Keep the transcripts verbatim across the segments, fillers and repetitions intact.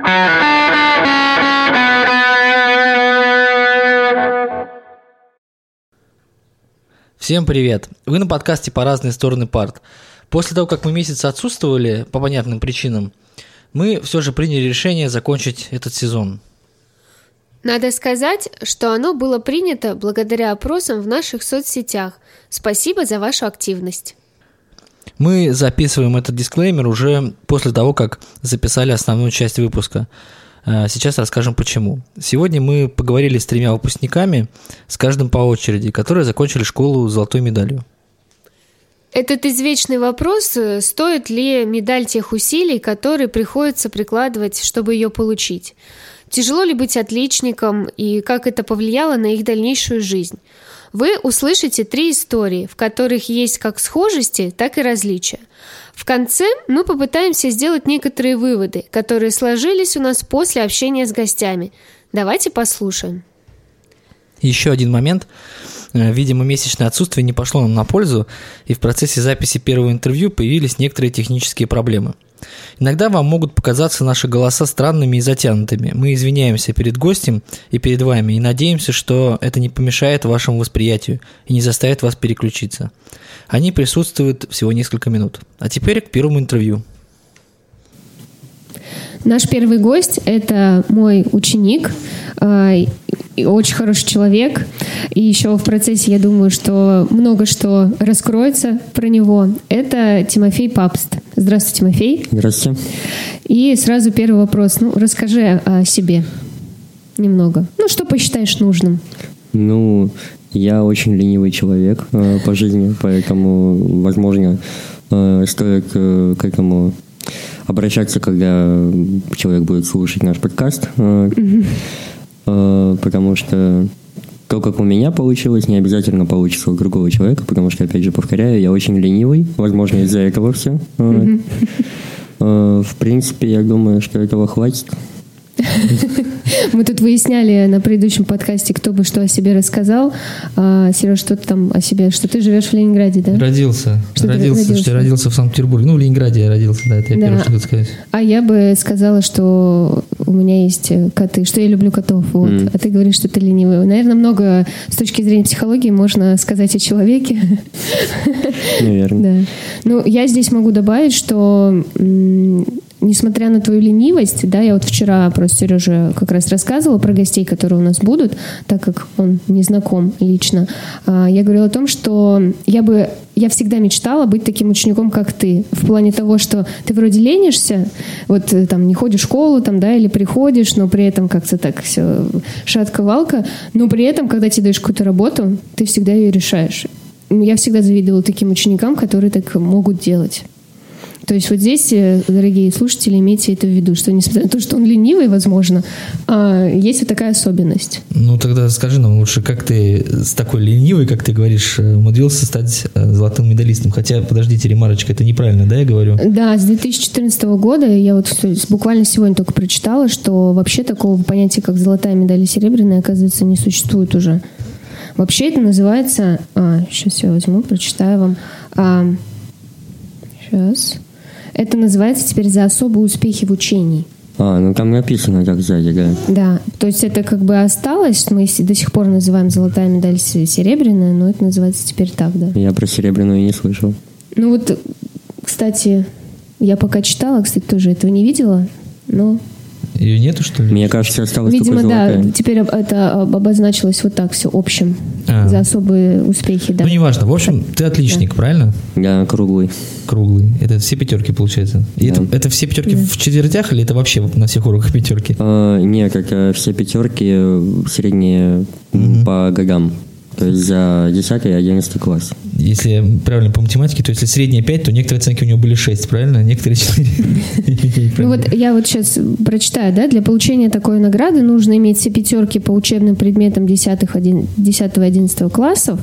Всем привет! Вы на подкасте «По разные стороны парт». После того, как мы месяц отсутствовали по понятным причинам, мы все же приняли решение закончить этот сезон. Надо сказать, что оно было принято благодаря опросам в наших соцсетях. Спасибо за вашу активность. Мы записываем этот дисклеймер уже после того, как записали основную часть выпуска. Сейчас расскажем почему. Сегодня мы поговорили с тремя выпускниками, с каждым по очереди, которые закончили школу с золотой медалью. Этот извечный вопрос, стоит ли медаль тех усилий, которые приходится прикладывать, чтобы ее получить. Тяжело ли быть отличником и как это повлияло на их дальнейшую жизнь. Вы услышите три истории, в которых есть как схожести, так и различия. В конце мы попытаемся сделать некоторые выводы, которые сложились у нас после общения с гостями. Давайте послушаем. Еще один момент. Видимо, месячное отсутствие не пошло нам на пользу, и в процессе записи первого интервью появились некоторые технические проблемы. Иногда вам могут показаться наши голоса странными и затянутыми. Мы извиняемся перед гостем и перед вами и надеемся, что это не помешает вашему восприятию и не заставит вас переключиться. Они присутствуют всего несколько минут. А теперь к первому интервью. Наш первый гость – это мой ученик, э, очень хороший человек. И еще в процессе, я думаю, что много что раскроется про него. Это Тимофей Папст. Здравствуй, Тимофей. Здравствуйте. И сразу первый вопрос. Ну, расскажи о себе немного. Ну, что посчитаешь нужным? Ну, я очень ленивый человек э, по жизни, поэтому, возможно, э, стоит э, к этому обращаться, когда человек будет слушать наш подкаст, э, mm-hmm. э, потому что то, как у меня получилось, не обязательно получится у другого человека, потому что, опять же, повторяю, я очень ленивый, возможно, из-за этого все. Mm-hmm. Э, в принципе, я думаю, что этого хватит. Мы тут выясняли на предыдущем подкасте, кто бы что о себе рассказал. А, Сереж, что ты там о себе? Что ты живешь в Ленинграде, да? Родился. Что родился, родился? Что я родился в Санкт-Петербурге. Ну, в Ленинграде я родился, да, это я да. первое, что хочу сказать. А я бы сказала, что у меня есть коты, что я люблю котов. Вот. Mm. А ты говоришь, что ты ленивый. Наверное, много с точки зрения психологии можно сказать о человеке. Наверное. Да. Ну, я здесь могу добавить, что несмотря на твою ленивость, да, я вот вчера просто Сереже как раз рассказывала про гостей, которые у нас будут, так как он не знаком лично. Я говорила о том, что я бы, я всегда мечтала быть таким учеником, как ты, в плане того, что ты вроде ленишься, вот там не ходишь в школу, там, да, или приходишь, но при этом как-то так все шатко-валко, но при этом, когда тебе даешь какую-то работу, ты всегда ее решаешь. Я всегда завидовала таким ученикам, которые так могут делать. То есть вот здесь, дорогие слушатели, имейте это в виду, что несмотря на то, что он ленивый, возможно, есть вот такая особенность. Ну, тогда скажи нам лучше, как ты с такой ленивой, как ты говоришь, умудрился стать золотым медалистом? Хотя, подождите, ремарочка, это неправильно, да, я говорю? Да, с две тысячи четырнадцатого года, я вот буквально сегодня только прочитала, что вообще такого понятия, как золотая медаль и серебряная, оказывается, не существует уже. Вообще это называется... А, сейчас я возьму, прочитаю вам. А, сейчас... Это называется теперь за особые успехи в учении. А, ну там написано так сзади, да. Да, то есть это как бы осталось, мы до сих пор называем золотая медаль серебряная, но это называется теперь так, да. Я про серебряную и не слышал. Ну вот, кстати, я пока читала, кстати, тоже этого не видела, но... Ее нету, что ли? Мне кажется, осталось Видимо, только золотая. да, теперь это обозначилось вот так все общим, а. за особые успехи, да. Ну, неважно, в общем, ты отличник, да. Правильно? Да, круглый. Круглый. Это все пятерки, получается? И да. это, это все пятерки да. в четвертях или это вообще на всех уроках пятерки? А, нет, это все пятерки средние mm-hmm. по годам. То есть за десятый и одиннадцатый класс. Если я правильно по математике, то если средняя пять, то некоторые оценки у него были шесть, правильно? Некоторые четыре. Ну вот я вот сейчас прочитаю, да, для получения такой награды нужно иметь все пятерки по учебным предметам десятого и одиннадцатого классов.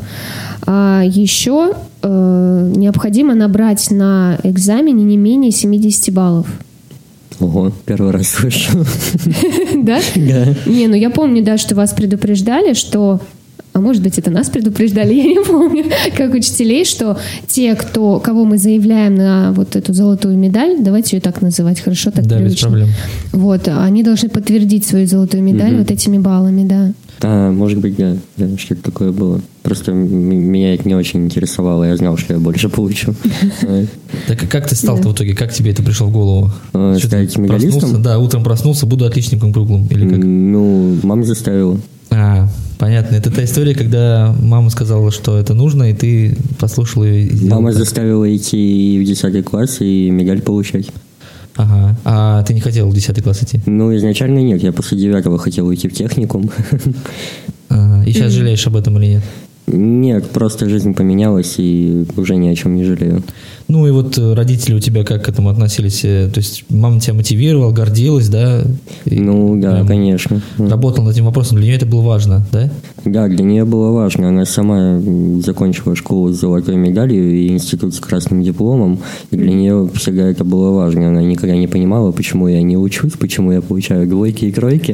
А еще э, необходимо набрать на экзамене не менее семьдесят баллов. Ого, первый раз слышу. Да? Да. Не, ну я помню, да, что вас предупреждали, что а может быть, это нас предупреждали, я не помню, как учителей, что те, кто, кого мы заявляем на вот эту золотую медаль, давайте ее так называть, хорошо, так да, привычно. без проблем. Вот, они должны подтвердить свою золотую медаль mm-hmm. вот этими баллами, да. Да, может быть, да, да, что-то такое было. Просто м- меня это не очень интересовало, я знал, что я больше получу. Так как ты стал-то в итоге? Как тебе это пришло в голову? Стать медалистом? Да, утром проснулся, буду отличником круглым, или как? Ну, мама заставила. А, понятно. Это та история, когда мама сказала, что это нужно, и ты послушал ее и сделал. Мама заставила идти в десятый класс и медаль получать. Ага. А ты не хотел в десятый класс идти? Ну, изначально нет. Я после девятого хотел уйти в техникум. Ага. И сейчас жалеешь об этом или нет? Нет, просто жизнь поменялась, и уже ни о чем не жалею. Ну и вот родители у тебя как к этому относились? То есть мама тебя мотивировала, гордилась, да? И ну да, конечно. Работала над этим вопросом, для нее это было важно, да? Да, для нее было важно. Она сама закончила школу с золотой медалью и институт с красным дипломом, и для нее всегда это было важно. Она никогда не понимала, почему я не учусь, почему я получаю двойки и тройки.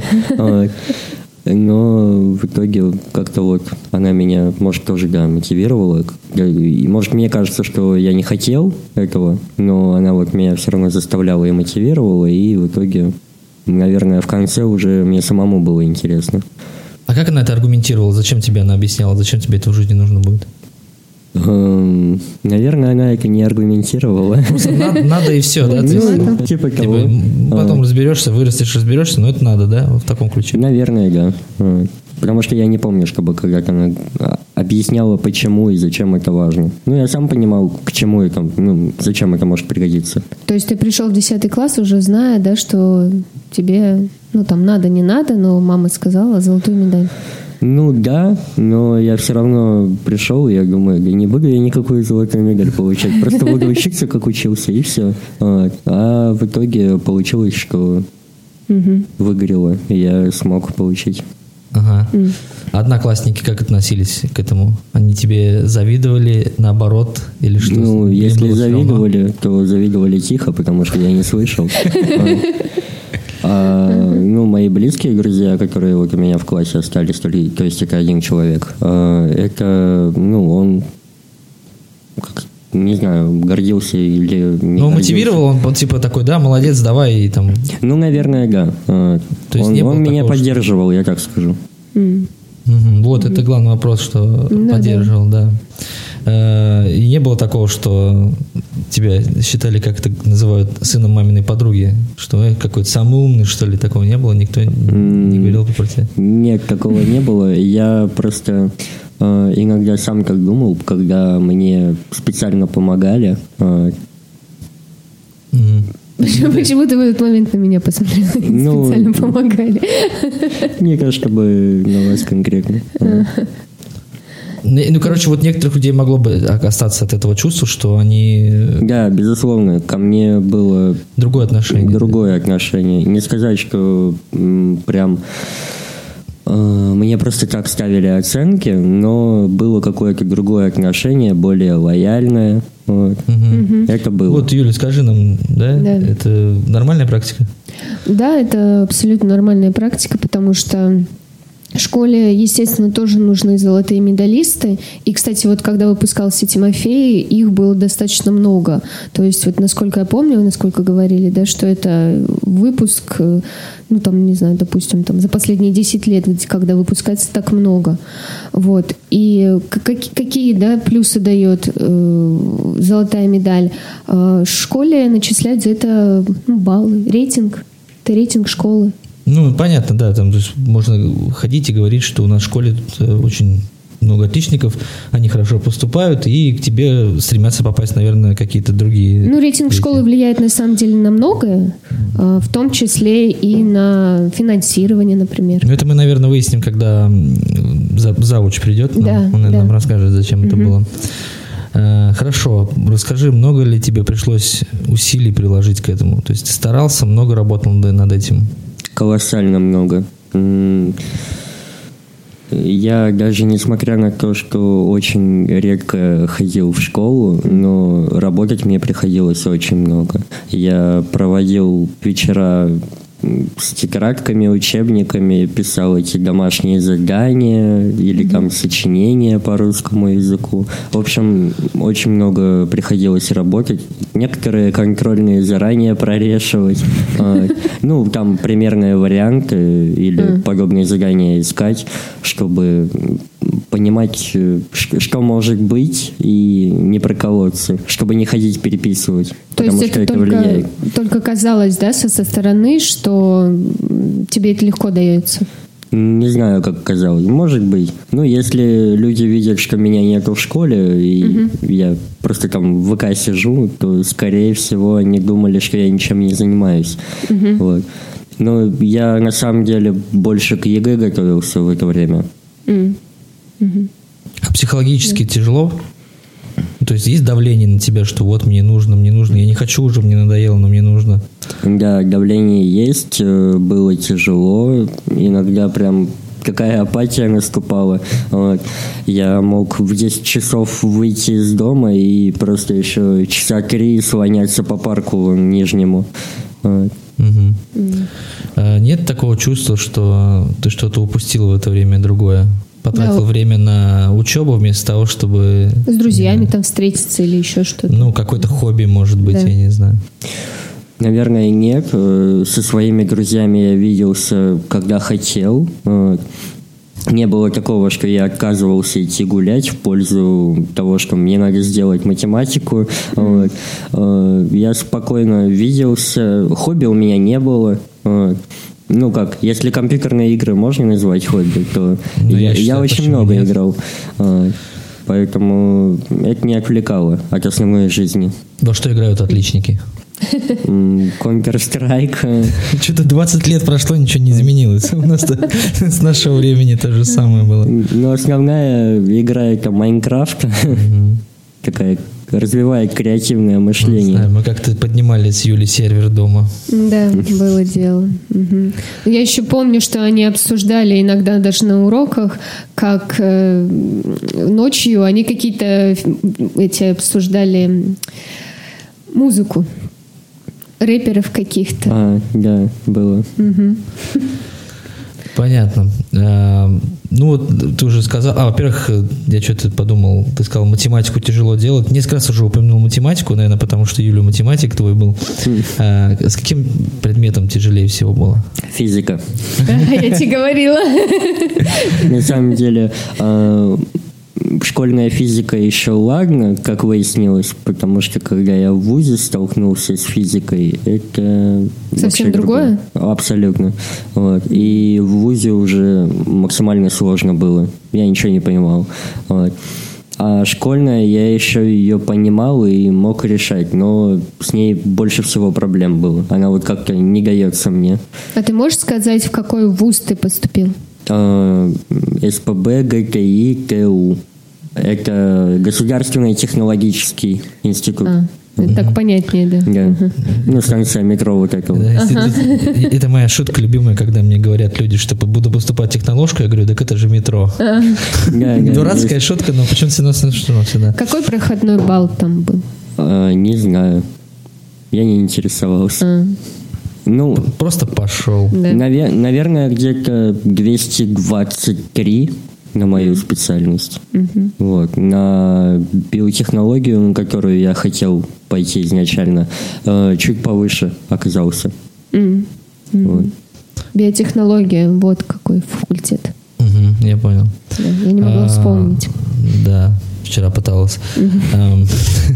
Но в итоге как-то вот она меня, может, тоже, да, мотивировала. И, может, мне кажется, что я не хотел этого, но она вот меня все равно заставляла и мотивировала, и в итоге, наверное, в конце уже мне самому было интересно. А как она это аргументировала? Зачем тебе она объясняла? Зачем тебе это в жизни нужно будет? Эм, наверное, она это не аргументировала. Просто надо, надо и все, да? Ну, типа того. Типа, потом разберешься, вырастешь, разберешься, но это надо, да? В таком ключе. Наверное, да. Потому что я не помню, чтобы когда-то она объясняла, почему и зачем это важно. Ну, я сам понимал, к чему это, ну, зачем это может пригодиться. То есть ты пришел в десятый класс, уже зная, да, что тебе, ну, там, надо, не надо, но мама сказала золотую медаль. Ну да, но я все равно пришел, и я думаю, да не буду я никакую золотую медаль получать, просто буду учиться, как учился, и все. Вот. А в итоге получилось, что угу. выгорело, и я смог получить. Ага. Mm. Одноклассники как относились к этому? Они тебе завидовали, наоборот, или что? Ну, если завидовали, то завидовали тихо, потому что я не слышал. А, ну, мои близкие друзья, которые вот у меня в классе остались, то есть это один человек, а, это, ну, он, как, не знаю, гордился или не Ну, гордился. Мотивировал он, он, типа, такой, да, молодец, давай, и там... Ну, наверное, да. А, то есть он он меня такого, поддерживал, что... я так скажу. Mm. Угу, вот, mm. это главный вопрос, что mm, поддерживал, да. да. И не было такого, что тебя считали, как это называют, сыном маминой подруги, что э, какой-то самый умный, что ли, такого не было? Никто mm. не говорил про тебя? Нет, такого не было. Я просто э, иногда сам так думал, когда мне специально помогали. Э, mm. Почему, почему ты в этот момент на меня посмотрел и ну, специально помогали? Не то, чтобы на вас конкретно. Ну, короче, вот некоторых людей могло бы остаться от этого чувства, что они... Да, безусловно, ко мне было... Другое отношение. Другое отношение. Не сказать, что м, прям... Мне просто так ставили оценки, но было какое-то другое отношение, более лояльное. Вот. Угу. Это было. Вот, Юля, скажи нам, да? да, это нормальная практика? Да, это абсолютно нормальная практика, потому что в школе, естественно, тоже нужны золотые медалисты. И, кстати, вот когда выпускался Тимофей, их было достаточно много. То есть, вот насколько я помню, насколько говорили, да, что это выпуск, ну, там, не знаю, допустим, там, за последние десять лет, когда выпускается так много. Вот. И какие, да, плюсы дает э, золотая медаль? Э, в школе начисляют за это, ну, баллы, рейтинг. Это рейтинг школы. Ну, понятно, да, там то есть можно ходить и говорить, что у нас в школе тут очень много отличников, они хорошо поступают, и к тебе стремятся попасть, наверное, какие-то другие... Ну, рейтинг дети. Школы влияет, на самом деле, на многое, в том числе и на финансирование, например. Ну, это мы, наверное, выясним, когда завуч придет, нам, да, он, наверное, да. нам расскажет, зачем угу. это было. Хорошо, расскажи, много ли тебе пришлось усилий приложить к этому? То есть ты старался, много работал над этим? Колоссально много. Я даже несмотря на то, что очень редко ходил в школу, но работать мне приходилось очень много. Я проводил вечера с тетрадками, учебниками писал эти домашние задания или там сочинения по русскому языку. В общем, очень много приходилось работать. Некоторые контрольные заранее прорешивать. Ну, там примерные варианты или подобные задания искать, чтобы понимать, что может быть, и не проколоться, чтобы не ходить переписывать. То есть это, это только, только казалось, да, со, со стороны, что тебе это легко дается? Не знаю, как казалось. Может быть. Ну, если люди видят, что меня нету в школе, и угу. я просто там в ВК сижу, то, скорее всего, они думали, что я ничем не занимаюсь. Угу. Вот. Но я, на самом деле, больше к ЕГЭ готовился в это время. Угу. Угу. А психологически да. тяжело? То есть есть давление на тебя, что вот мне нужно, мне нужно, я не хочу уже, мне надоело, но мне нужно? Да, давление есть, было тяжело, иногда прям такая апатия наступала. Вот. Я мог в десять часов выйти из дома и просто еще часа три слоняться по парку Нижнему. Вот. Угу. Mm. А нет такого чувства, что ты что-то упустил в это время другое? Потратил да. время на учебу вместо того, чтобы... С друзьями там встретиться или еще что-то. Ну, какое-то хобби, может быть, да. я не знаю. Наверное, нет. Со своими друзьями я виделся, когда хотел. Не было такого, что я отказывался идти гулять в пользу того, что мне надо сделать математику. Mm. Вот. Я спокойно виделся. Хобби у меня не было. Вот. Ну как, если компьютерные игры можно назвать хобби, то ну, я, я, считаю, я очень много нет. играл. Поэтому это не отвлекало от основной жизни. Во что играют отличники? Counter-Strike. Что-то двадцать лет прошло, ничего не изменилось. У нас с нашего времени то же самое было. Ну, основная игра это Майнкрафт. Такая развивает креативное мышление. Знаю, мы как-то поднимали с Юлей сервер дома. Да, было дело. Угу. Я еще помню, что они обсуждали иногда даже на уроках, как э, ночью они какие-то эти обсуждали музыку рэперов каких-то. А, да, было. Угу. Понятно. Ну, вот ты уже сказал... А, во-первых, я что-то подумал, ты сказал, математику тяжело делать. Несколько раз уже упомянул математику, наверное, потому что Юля математик твой был. А с каким предметом тяжелее всего было? Физика. Я тебе говорила. На самом деле... Школьная физика еще ладно, как выяснилось, потому что когда я в вузе столкнулся с физикой, это... Совсем другое? другое? Абсолютно. Вот. И в вузе уже максимально сложно было. Я ничего не понимал. Вот. А школьная, я еще ее понимал и мог решать, но с ней больше всего проблем было. Она вот как-то не дается мне. А ты можешь сказать, в какой вуз ты поступил? СПб, ГТИ, ТУ. Это Государственный технологический институт. А, это так понятнее, да? Да. Угу. Ну, станция метро вот этого. Ага. Это моя шутка любимая, когда мне говорят люди, что буду поступать техноложку, я говорю, так это же метро. А. Да, да, дурацкая есть. Шутка, но почему-то все равно всегда. Какой проходной балл там был? А, не знаю. Я не интересовался. А. Ну, просто пошел. Да. Навер- наверное, где-то двести двадцать три на мою специальность. Uh-huh. Вот. На биотехнологию, на которую я хотел пойти изначально, э, чуть повыше оказался. Uh-huh. Вот. Биотехнология, вот какой факультет. Uh-huh, я понял. Да, я не могла а, вспомнить. Да, вчера пыталась. Uh-huh.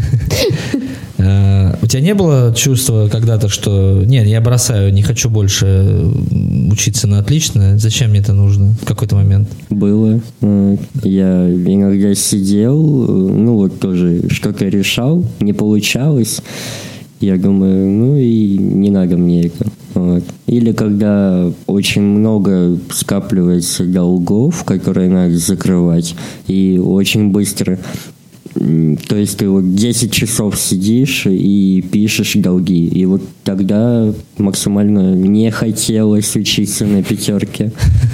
У тебя не было чувства когда-то, что нет, я бросаю, не хочу больше учиться на отлично, зачем мне это нужно в какой-то момент? Было. Я иногда сидел, ну вот тоже что-то решал, не получалось. Я думаю, ну и не надо мне это. Вот. Или когда очень много скапливается долгов, которые надо закрывать, и очень быстро... То есть ты вот десять часов сидишь и пишешь долги. И вот тогда максимально не хотелось учиться на пятерке.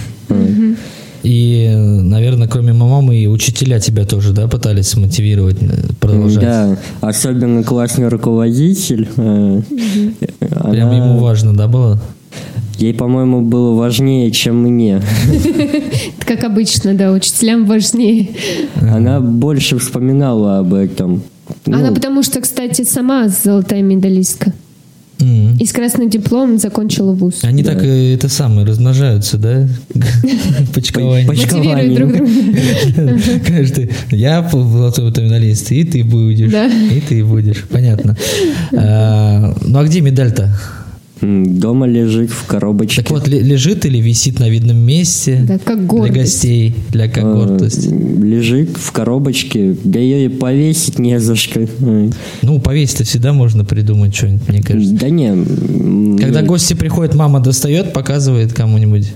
И, наверное, кроме мамы и учителя тебя тоже, да, пытались мотивировать продолжать? Да, особенно классный руководитель. Прям ему важно, да, было? Ей, по-моему, было важнее, чем мне. Как обычно, да, учителям важнее. Она больше вспоминала об этом. Она потому что, кстати, сама золотая медалистка. Mm. И с красным дипломом закончила вуз. Они да. так и это самое размножаются, да? Почкование. Мотивируют друг друга. Каждый. Я золотой медалист, и ты будешь. И ты будешь. Понятно. Ну а где медаль-то? Дома лежит в коробочке. Так вот, лежит или висит на видном месте? Да, как гордость. Для гостей, для как гордость. Лежит в коробочке, да ее и повесить не за что. Ну, повесить-то всегда можно придумать что-нибудь, мне кажется. Да не. Когда не... гости приходят, мама достает, показывает кому-нибудь.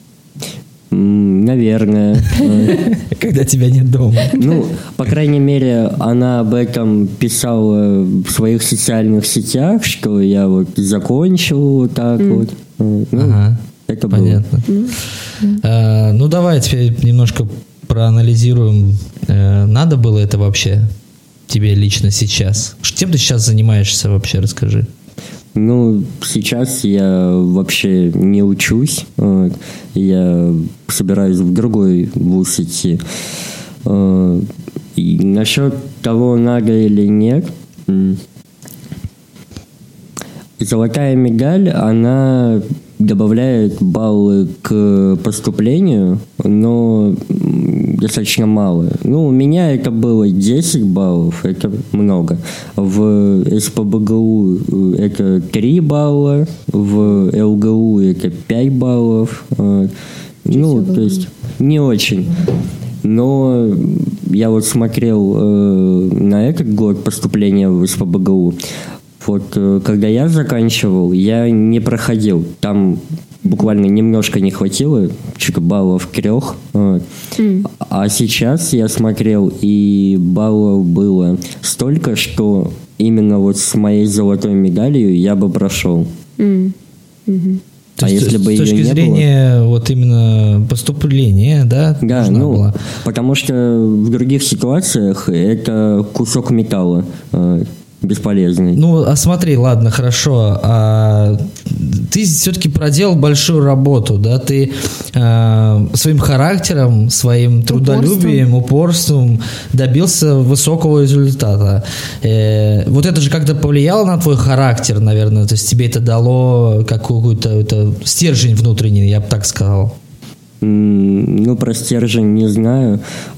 Наверное. Когда тебя нет дома. Ну, по крайней мере, она об этом писала в своих социальных сетях, что я вот закончил вот так mm. вот. Ну, ага, это понятно. Было. А, ну, давай теперь немножко проанализируем. А, надо было это вообще тебе лично сейчас? Чем ты сейчас занимаешься вообще, расскажи. Ну, сейчас я вообще не учусь. Я собираюсь в другой вуз идти. И насчет того, надо или нет, золотая медаль, она добавляет баллы к поступлению, но достаточно мало. Ну, у меня это было десять баллов, это много. В эс пэ бэ гэ у это три балла, в эл гэ у это пять баллов. Ну, то есть не очень. Но я вот смотрел э, на этот год поступления в эс пэ бэ гэ у. Вот когда я заканчивал, я не проходил. Там буквально немножко не хватило, чуть баллов трех. Вот. Mm. А сейчас я смотрел, и баллов было столько, что именно вот с моей золотой медалью я бы прошел. Mm. Mm-hmm. А есть, если бы ее не было... С точки зрения вот именно поступления, да? Да, ну, была. Потому что в других ситуациях это кусок металла. Бесполезный. Ну, а смотри, ладно, хорошо. А ты все-таки проделал большую работу, да? Ты э, своим характером, своим трудолюбием, упорством, упорством добился высокого результата. Э, вот это же как-то повлияло на твой характер, наверное. То есть тебе это дало какую-то это, стержень внутренний, я бы так сказал. Ну, про стержень не знаю.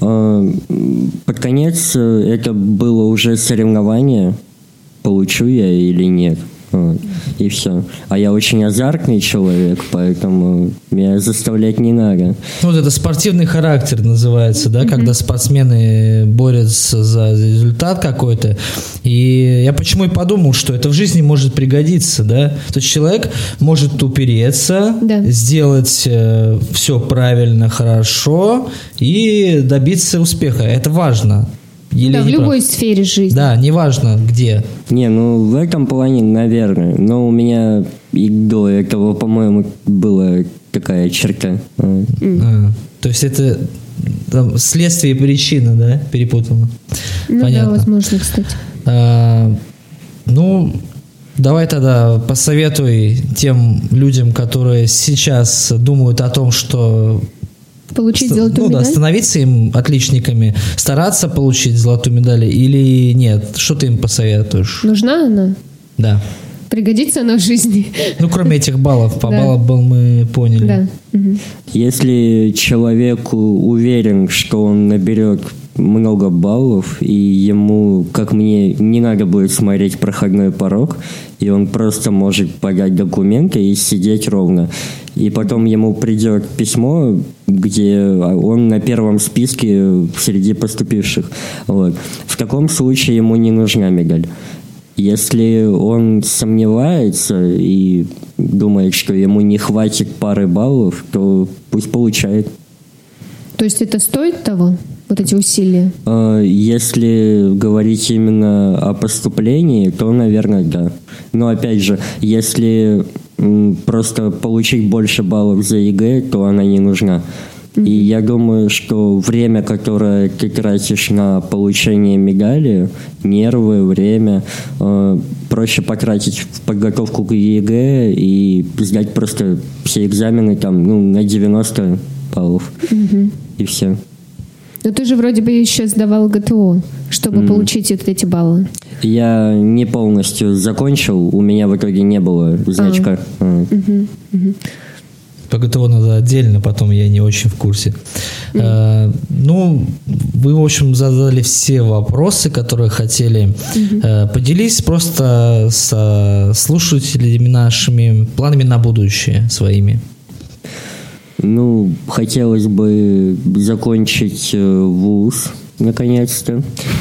Под конец это было уже соревнование, получу я или нет. Вот. И все. А я очень азартный человек, поэтому меня заставлять не надо. Ну, вот это спортивный характер называется, да, mm-hmm. когда спортсмены борются за результат какой-то. И я почему и подумал, что это в жизни может пригодиться, да. То есть человек может упереться, да. сделать э, все правильно, хорошо и добиться успеха. Это важно. Или да, в любой прав? сфере жизни. Да, неважно где. Не, ну в этом плане, наверное. Но у меня и до этого, по-моему, была такая черта. Mm. А, то есть это там, следствие и причина, да, перепутано? Ну понятно. Да, возможно, кстати. А, ну, давай тогда посоветуй тем людям, которые сейчас думают о том, что... Получить золотую ну, медаль? Да, становиться им отличниками, стараться получить золотую медаль или нет? Что ты им посоветуешь? Нужна она? Да. Пригодится она в жизни? Ну, кроме этих баллов. По да. баллам мы поняли. Да. Угу. Если человек уверен, что он наберет много баллов, и ему, как мне, не надо будет смотреть проходной порог, и он просто может подать документы и сидеть ровно. И потом ему придет письмо, где он на первом списке среди поступивших. Вот. В таком случае ему не нужна медаль. Если он сомневается и думает, что ему не хватит пары баллов, то пусть получает. То есть это стоит того? Вот эти усилия? Если говорить именно о поступлении, то, наверное, да. Но, опять же, если просто получить больше баллов за ЕГЭ, то она не нужна. Mm-hmm. И я думаю, что время, которое ты тратишь на получение медали, нервы, время, проще потратить в подготовку к ЕГЭ и сдать просто все экзамены там, ну, на девяносто баллов. Угу. И все. Но ты же вроде бы еще сдавал ГТО, чтобы mm. получить вот эти баллы. Я не полностью закончил, у меня в итоге не было значка. А. Угу. Угу. По ГТО надо отдельно, потом я не очень в курсе. Mm. А, ну, вы, в общем, задали все вопросы, которые хотели. Mm-hmm. А, поделись просто с слушателями нашими планами на будущее своими. Ну, хотелось бы закончить вуз, наконец-то.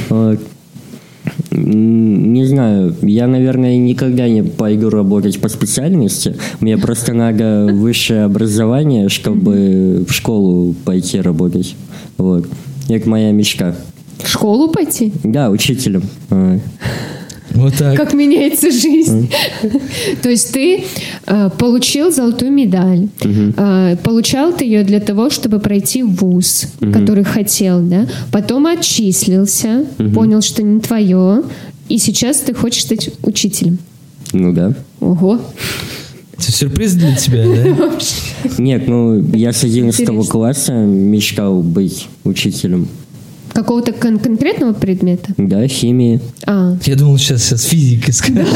Не знаю, я, наверное, никогда не пойду работать по специальности. Мне просто надо высшее образование, чтобы в школу пойти работать. Вот. Это моя мечта. В школу пойти? Да, учителем. Вот так. Как меняется жизнь. Mm. То есть ты э, получил золотую медаль. Mm-hmm. Э, получал ты ее для того, чтобы пройти вуз, mm-hmm. который хотел, да? Потом отчислился, mm-hmm. понял, что не твое, и сейчас ты хочешь стать учителем. Ну да. Ого. Это сюрприз для тебя, да? Нет, ну я с одиннадцатого класса мечтал быть учителем. Какого-то кон- конкретного предмета? Да, химии. А. Я думал, сейчас, сейчас физикой скажет.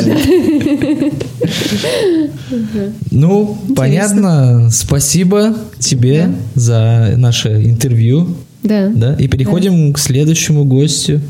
Ну, понятно. Спасибо тебе за наше интервью. Да. Да. И переходим к следующему гостю.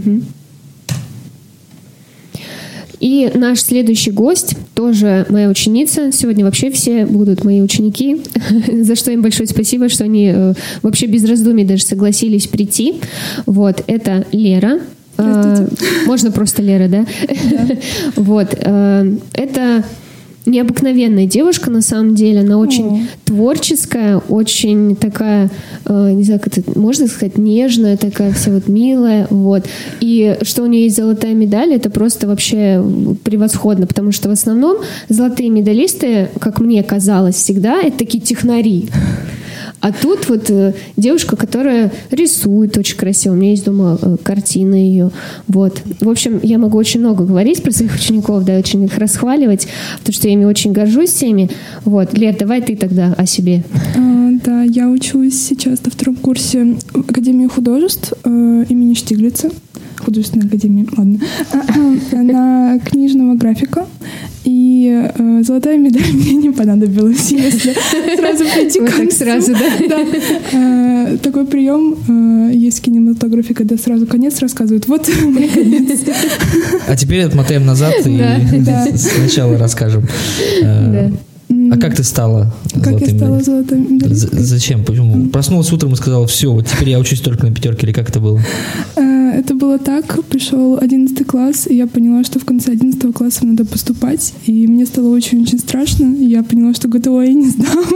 И наш следующий гость тоже моя ученица. Сегодня вообще все будут мои ученики, за что им большое спасибо, что они э, вообще без раздумий даже согласились прийти. Вот, это Лера. Э, можно просто Лера, да? Да. Вот, э, это необыкновенная девушка, на самом деле. Она очень О. творческая, очень такая, э, не знаю, как это можно сказать, нежная, такая вся вот милая. Вот. И что у нее есть золотая медаль, это просто вообще превосходно, потому что в основном золотые медалисты, как мне казалось всегда, это такие технари. А тут вот э, девушка, которая рисует очень красиво. У меня есть дома э, картина ее. Вот. В общем, я могу очень много говорить про своих учеников, да, очень их расхваливать, потому что я ими очень горжусь всеми. Вот. Лер, давай ты тогда о себе. А, да, я учусь сейчас на втором курсе в Академии художеств э, имени Штиглица. Художественной академии, ладно. На книжного графика. И э, золотая медаль мне не понадобилась, если сразу прийти к концу. Вот так сразу, да? Да. Э, такой прием э, есть в кинематографе, когда сразу конец рассказывают. Вот мне конец. А теперь отмотаем назад и да. сначала расскажем. Да. А как ты стала Как золотой я стала медалисткой? золотой медалисткой? Зачем? Почему? Проснулась утром и сказала, все, вот теперь я учусь только на пятерке, или как это было? Это было так. Пришел одиннадцатый класс, и я поняла, что в конце одиннадцатого класса надо поступать. И мне стало очень-очень страшно. И я поняла, что ГТО я не сдам.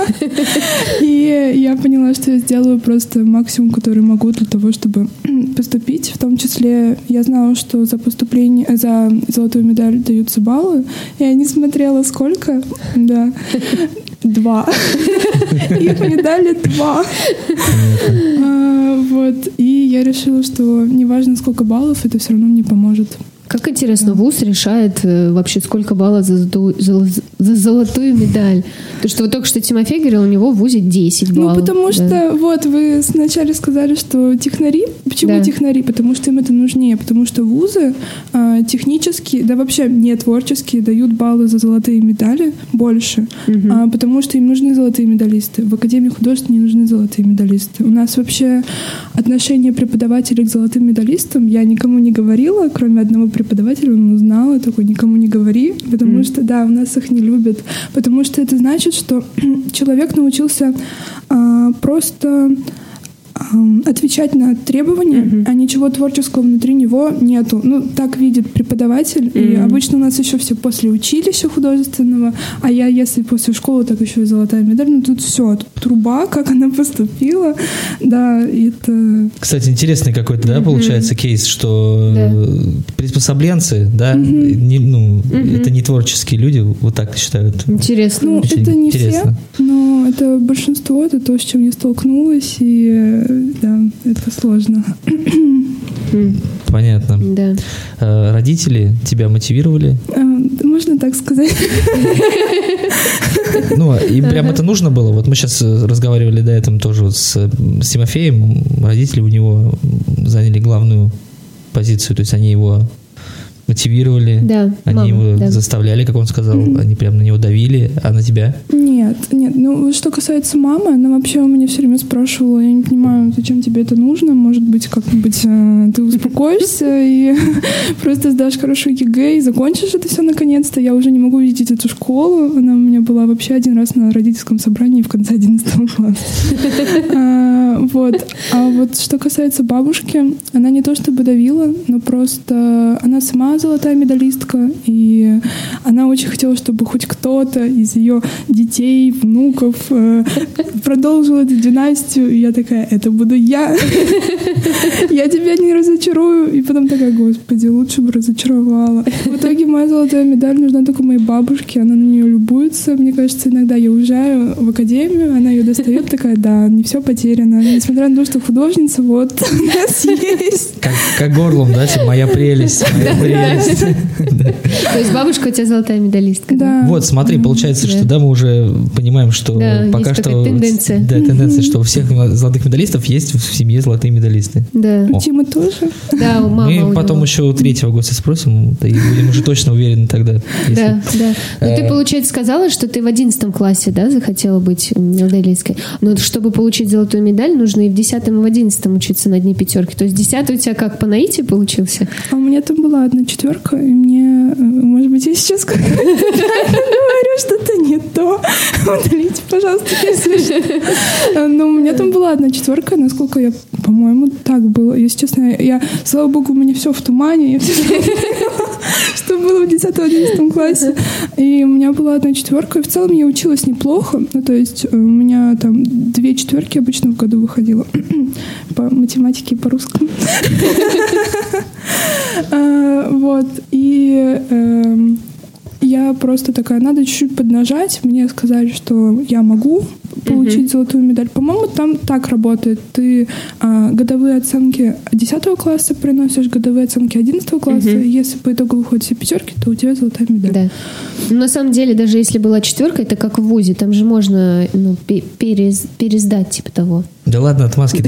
И я поняла, что я сделаю просто максимум, который могу для того, чтобы поступить. В том числе я знала, что за поступление, за золотую медаль даются баллы. Я не смотрела, сколько. Да. Два. Их мне дали два. Вот. И я решила, что неважно, сколько баллов, это все равно мне поможет. Как интересно, вуз решает э, вообще, сколько баллов за, за, за золотую медаль. Потому что вот только что Тимофей говорил, у него в вузе десять баллов. Ну, потому да. что, вот, вы сначала сказали, что технари. Почему да. технари? Потому что им это нужнее. Потому что вузы э, технические, да вообще не творческие, дают баллы за золотые медали больше. Угу. А, потому что им нужны золотые медалисты. В Академии художеств не нужны золотые медалисты. У нас вообще отношение преподавателей к золотым медалистам я никому не говорила, кроме одного преподавателя. Преподаватель, он узнал, такой, никому не говори, потому mm. что, да, у нас их не любят, потому что это значит, что человек научился а, просто а, отвечать на требования, mm-hmm. а ничего творческого внутри него нету. Ну, так видит преподаватель, mm-hmm. и обычно у нас еще все после училища художественного, а я, если после школы, так еще и золотая медаль, ну, тут все, тут труба, как она поступила, да, это... Кстати, интересный какой-то, да, mm-hmm. получается кейс, что да. приспособленцы, да, mm-hmm. не, ну, mm-hmm. это не творческие люди, вот так считают. Интересно. Ну, очень это не интересно. все, но это большинство, это то, с чем я столкнулась, и да, это сложно. Понятно. Да. Родители тебя мотивировали? Можно так сказать. Ну, им прям это нужно было? Вот мы сейчас разговаривали до этого тоже вот с, с Тимофеем. Родители у него заняли главную позицию, то есть они его мотивировали, да, они мама, его да. заставляли, как он сказал, mm-hmm. они прям на него давили, а на тебя? Нет, нет. Ну, что касается мамы, она вообще у меня все время спрашивала, я не понимаю, зачем тебе это нужно, может быть, как-нибудь э, ты успокоишься и просто сдашь хорошую ЕГЭ и закончишь это все наконец-то. Я уже не могу видеть эту школу, она у меня была вообще один раз на родительском собрании в конце одиннадцатого класса. Вот. А вот что касается бабушки, она не то чтобы давила, но просто она сама золотая медалистка, и она очень хотела, чтобы хоть кто-то из ее детей, внуков э, продолжил эту династию. И я такая, это буду я. Я тебя не разочарую. И потом такая, господи, лучше бы разочаровала. В итоге моя золотая медаль нужна только моей бабушке. Она на нее любуется. Мне кажется, иногда я уезжаю в академию, она ее достает, такая, да, не все потеряно. Несмотря на то, что художница, вот, у нас есть. Как, как горлом, да, моя прелесть, моя прелесть. То есть бабушка у тебя золотая медалистка. Да. Вот, смотри, получается, что да, мы уже понимаем, что пока что... тенденция. Да, тенденция, что у всех золотых медалистов есть в семье золотые медалисты. Да. У Тимы тоже? Да, у мамы. Мы потом еще у третьего гостя спросим, и будем уже точно уверены тогда. Да, да. Ну, ты, получается, сказала, что ты в одиннадцатом классе, да, захотела быть медалисткой. Но чтобы получить золотую медаль, нужно и в десятом, и в одиннадцатом учиться на дне пятерки. То есть десятый у тебя как по наитию получился? А у меня там была одна четверка, и мне, может быть, я сейчас говорю что-то не то. Удалите, пожалуйста, если что. Но у меня там была одна четверка, насколько я, по-моему, так было. Если честно, я, слава богу, у меня все в тумане, я все что было в десятом-одиннадцатом классе. И у меня была одна четверка, и в целом я училась неплохо. Ну, то есть у меня там две четверки обычно в году выходило по математике и по русскому. Вот. И я просто такая, надо чуть-чуть поднажать. Мне сказали, что я могу получить uh-huh. золотую медаль. По-моему, там так работает. Ты а, годовые оценки десятого класса приносишь, годовые оценки одиннадцатого класса. Uh-huh. Если по итогу выходят все пятерки, то у тебя золотая медаль. Да. Но на самом деле, даже если была четверка, это как в вузе. Там же можно ну, перез, пересдать типа того. Да ладно, отмазки.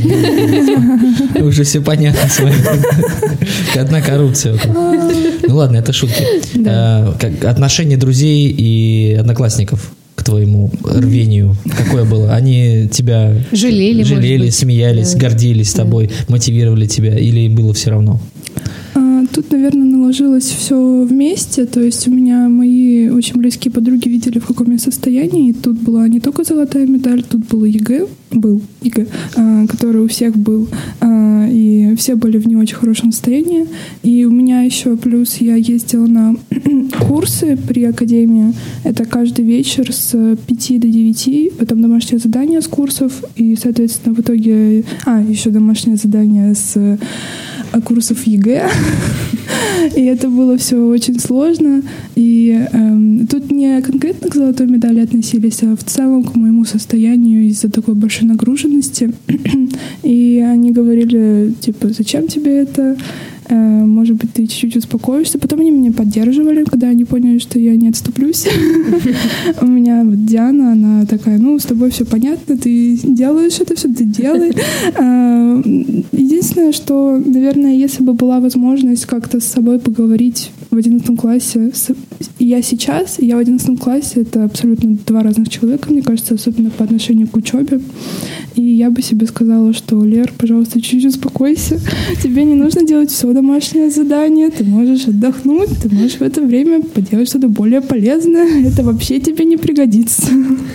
Уже все понятно с вами. Одна коррупция. Ну ладно, это шутки. Отношения друзей и одноклассников к твоему рвению какое было? Они тебя жалели, жалели, смеялись, да. гордились тобой, да. мотивировали тебя, или им было все равно? Тут, наверное, наложилось все вместе. То есть у меня мои очень близкие подруги видели, в каком я состоянии. И тут была не только золотая медаль, тут был ЕГЭ, был ЕГЭ, который у всех был. И все были в не очень хорошем состоянии. И у меня еще плюс я ездила на курсы при академии. Это каждый вечер с пяти до девяти. Потом домашнее задание с курсов. И, соответственно, в итоге... А, еще домашнее задание с курсов ЕГЭ. И это было все очень сложно. И эм, тут не конкретно к золотой медали относились, а в целом к моему состоянию из-за такой большой нагруженности. И они говорили, типа, зачем тебе это? Э, может быть, ты чуть-чуть успокоишься. Потом они меня поддерживали, когда они поняли, что я не отступлюсь. У меня вот Диана, она такая, ну, с тобой все понятно, ты делаешь это все, ты делаешь. Единственное, что, наверное, если бы была возможность как-то с собой поговорить в одиннадцатом классе, я сейчас, я в одиннадцатом классе, это абсолютно два разных человека, мне кажется, особенно по отношению к учебе. И я бы себе сказала, что, Лер, пожалуйста, чуть-чуть успокойся, тебе не нужно делать все домашнее задание, ты можешь отдохнуть, ты можешь в это время поделать что-то более полезное, это вообще тебе не пригодится.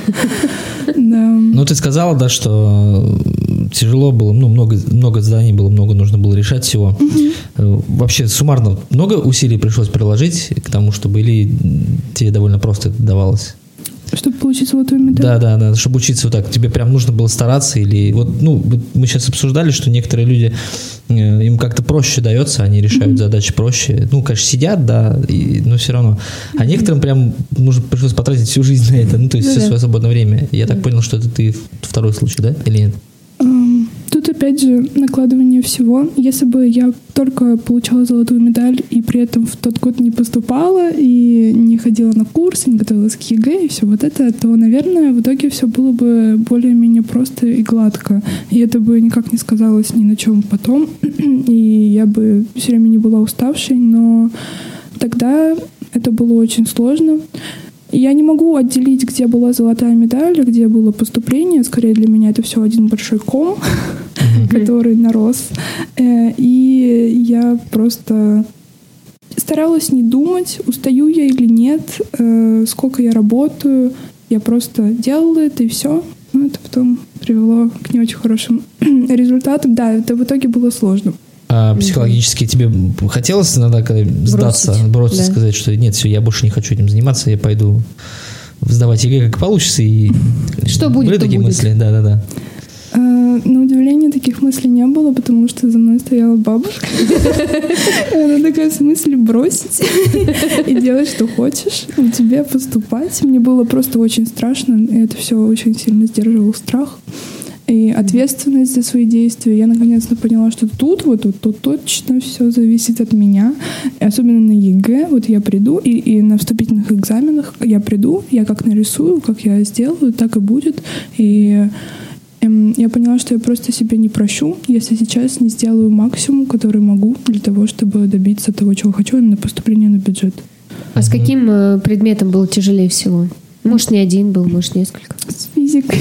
Ну, ты сказала, да, что тяжело было, ну, много, много заданий было, много нужно было решать всего. Угу. Вообще, суммарно, много усилий пришлось приложить к тому, чтобы, или тебе довольно просто это давалось? Чтобы получить золотую медаль? Да, да, да, чтобы учиться вот так. Тебе прям нужно было стараться или... Вот, ну, мы сейчас обсуждали, что некоторые люди, им как-то проще дается, они решают mm-hmm. задачи проще. Ну, конечно, сидят, да, и, но все равно. А mm-hmm. некоторым прям нужно пришлось потратить всю жизнь на это, ну, то есть mm-hmm. все свое свободное время. Я mm-hmm. так понял, что это ты второй случай, да, или нет? Um, тут опять же, накладывание всего. Если бы я только получала золотую медаль и при этом в тот год не поступала и не ходила на курсы, не готовилась к ЕГЭ и все вот это, то, наверное, в итоге все было бы более-менее просто и гладко. И это бы никак не сказалось ни на чем потом. И я бы все время не была уставшей, но тогда это было очень сложно. Я не могу отделить, где была золотая медаль, где было поступление. Скорее для меня это все один большой ком, mm-hmm. который нарос. И я просто старалась не думать, устаю я или нет, сколько я работаю. Я просто делала это, и все. Ну, это потом привело к не очень хорошим результатам. Да, это в итоге было сложно. А психологически тебе хотелось иногда когда сдаться, бросить, бросить да. сказать, что нет, все, я больше не хочу этим заниматься, я пойду сдавать ЕГЭ, как получится, и что будет, были такие будет. мысли? Да, да, да. А, на удивление таких мыслей не было, потому что за мной стояла бабушка. Она такая, в смысле бросить и делать, что хочешь, и тебе поступать. Мне было просто очень страшно, и это все очень сильно сдерживал страх. И ответственность за свои действия. Я наконец-то поняла, что тут вот тут, тут точно все зависит от меня. И особенно на ЕГЭ. Вот я приду, и, и на вступительных экзаменах я приду, я как нарисую, как я сделаю, так и будет. И эм, я поняла, что я просто себе не прощу, если сейчас не сделаю максимум, который могу для того, чтобы добиться того, чего хочу, именно поступления на бюджет. А с каким э, предметом было тяжелее всего? Может, не один был, может, несколько. С физикой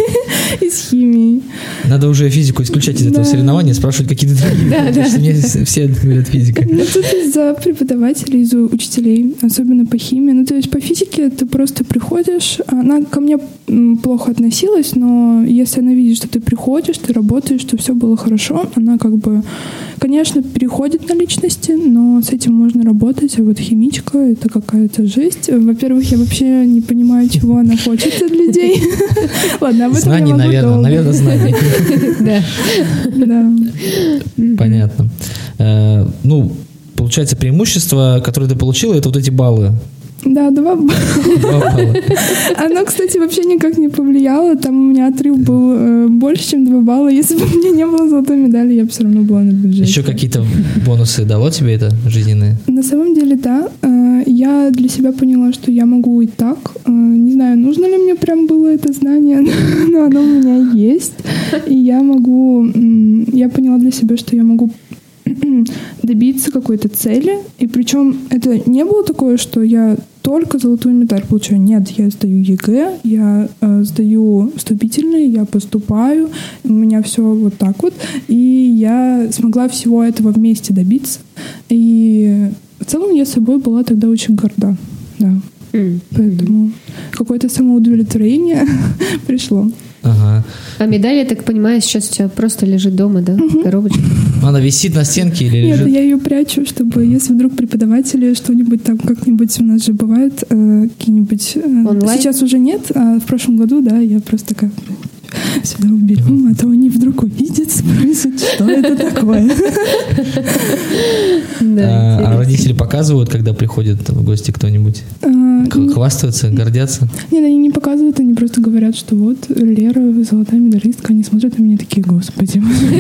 и с химией. Надо уже физику исключать из этого да. соревнования, спрашивать какие-то другие. Да, да. Мне все говорят физика. Ну, тут из-за преподавателей, из-за учителей, особенно по химии. Ну, то есть по физике ты просто приходишь, она ко мне плохо относилась, но если она видит, что ты приходишь, ты работаешь, что все было хорошо, она как бы, конечно, переходит на личности, но с этим можно работать. А вот химичка — это какая-то жесть. Во-первых, я вообще не понимаю, чего она хочет от людей. Ладно, об этом знаний, я могу наверное, долго. наверное, знаний. Да. Да. Понятно. Ну, получается, преимущество, которое ты получила, это вот эти баллы. Да, два балла. Два балла. Оно, кстати, вообще никак не повлияло. Там у меня отрыв был э, больше, чем два балла. Если бы у меня не было золотой медали, я бы все равно была на бюджете. Еще какие-то бонусы дало тебе это жизненные? На самом деле, да. Э, я для себя поняла, что я могу и так. Э, не знаю, нужно ли мне прям было это знание, но оно у меня есть. И я могу... Э, я поняла для себя, что я могу добиться какой-то цели. И причем это не было такое, что я только золотую медаль получаю. Нет, я сдаю ЕГЭ, я э, сдаю вступительные, я поступаю, у меня все вот так вот. И я смогла всего этого вместе добиться. И в целом я собой была тогда очень горда. Да. Mm-hmm. Поэтому какое-то самоудовлетворение пришло. Ага. А медаль, я так понимаю, сейчас у тебя просто лежит дома, да? Угу. Коробочка. Она висит на стенке или лежит? Нет, я ее прячу, чтобы если вдруг преподаватели что-нибудь там как-нибудь у нас же бывает, э, какие-нибудь... Э, онлайн? Сейчас уже нет, а в прошлом году, да, я просто такая... Сюда уберем, а то они вдруг увидят, спросят, что это такое. А родители показывают, когда приходят в гости кто-нибудь? Хвастаются, гордятся? Нет, они не показывают, они просто говорят, что вот Лера золотая медалистка. Они смотрят на меня такие, господи.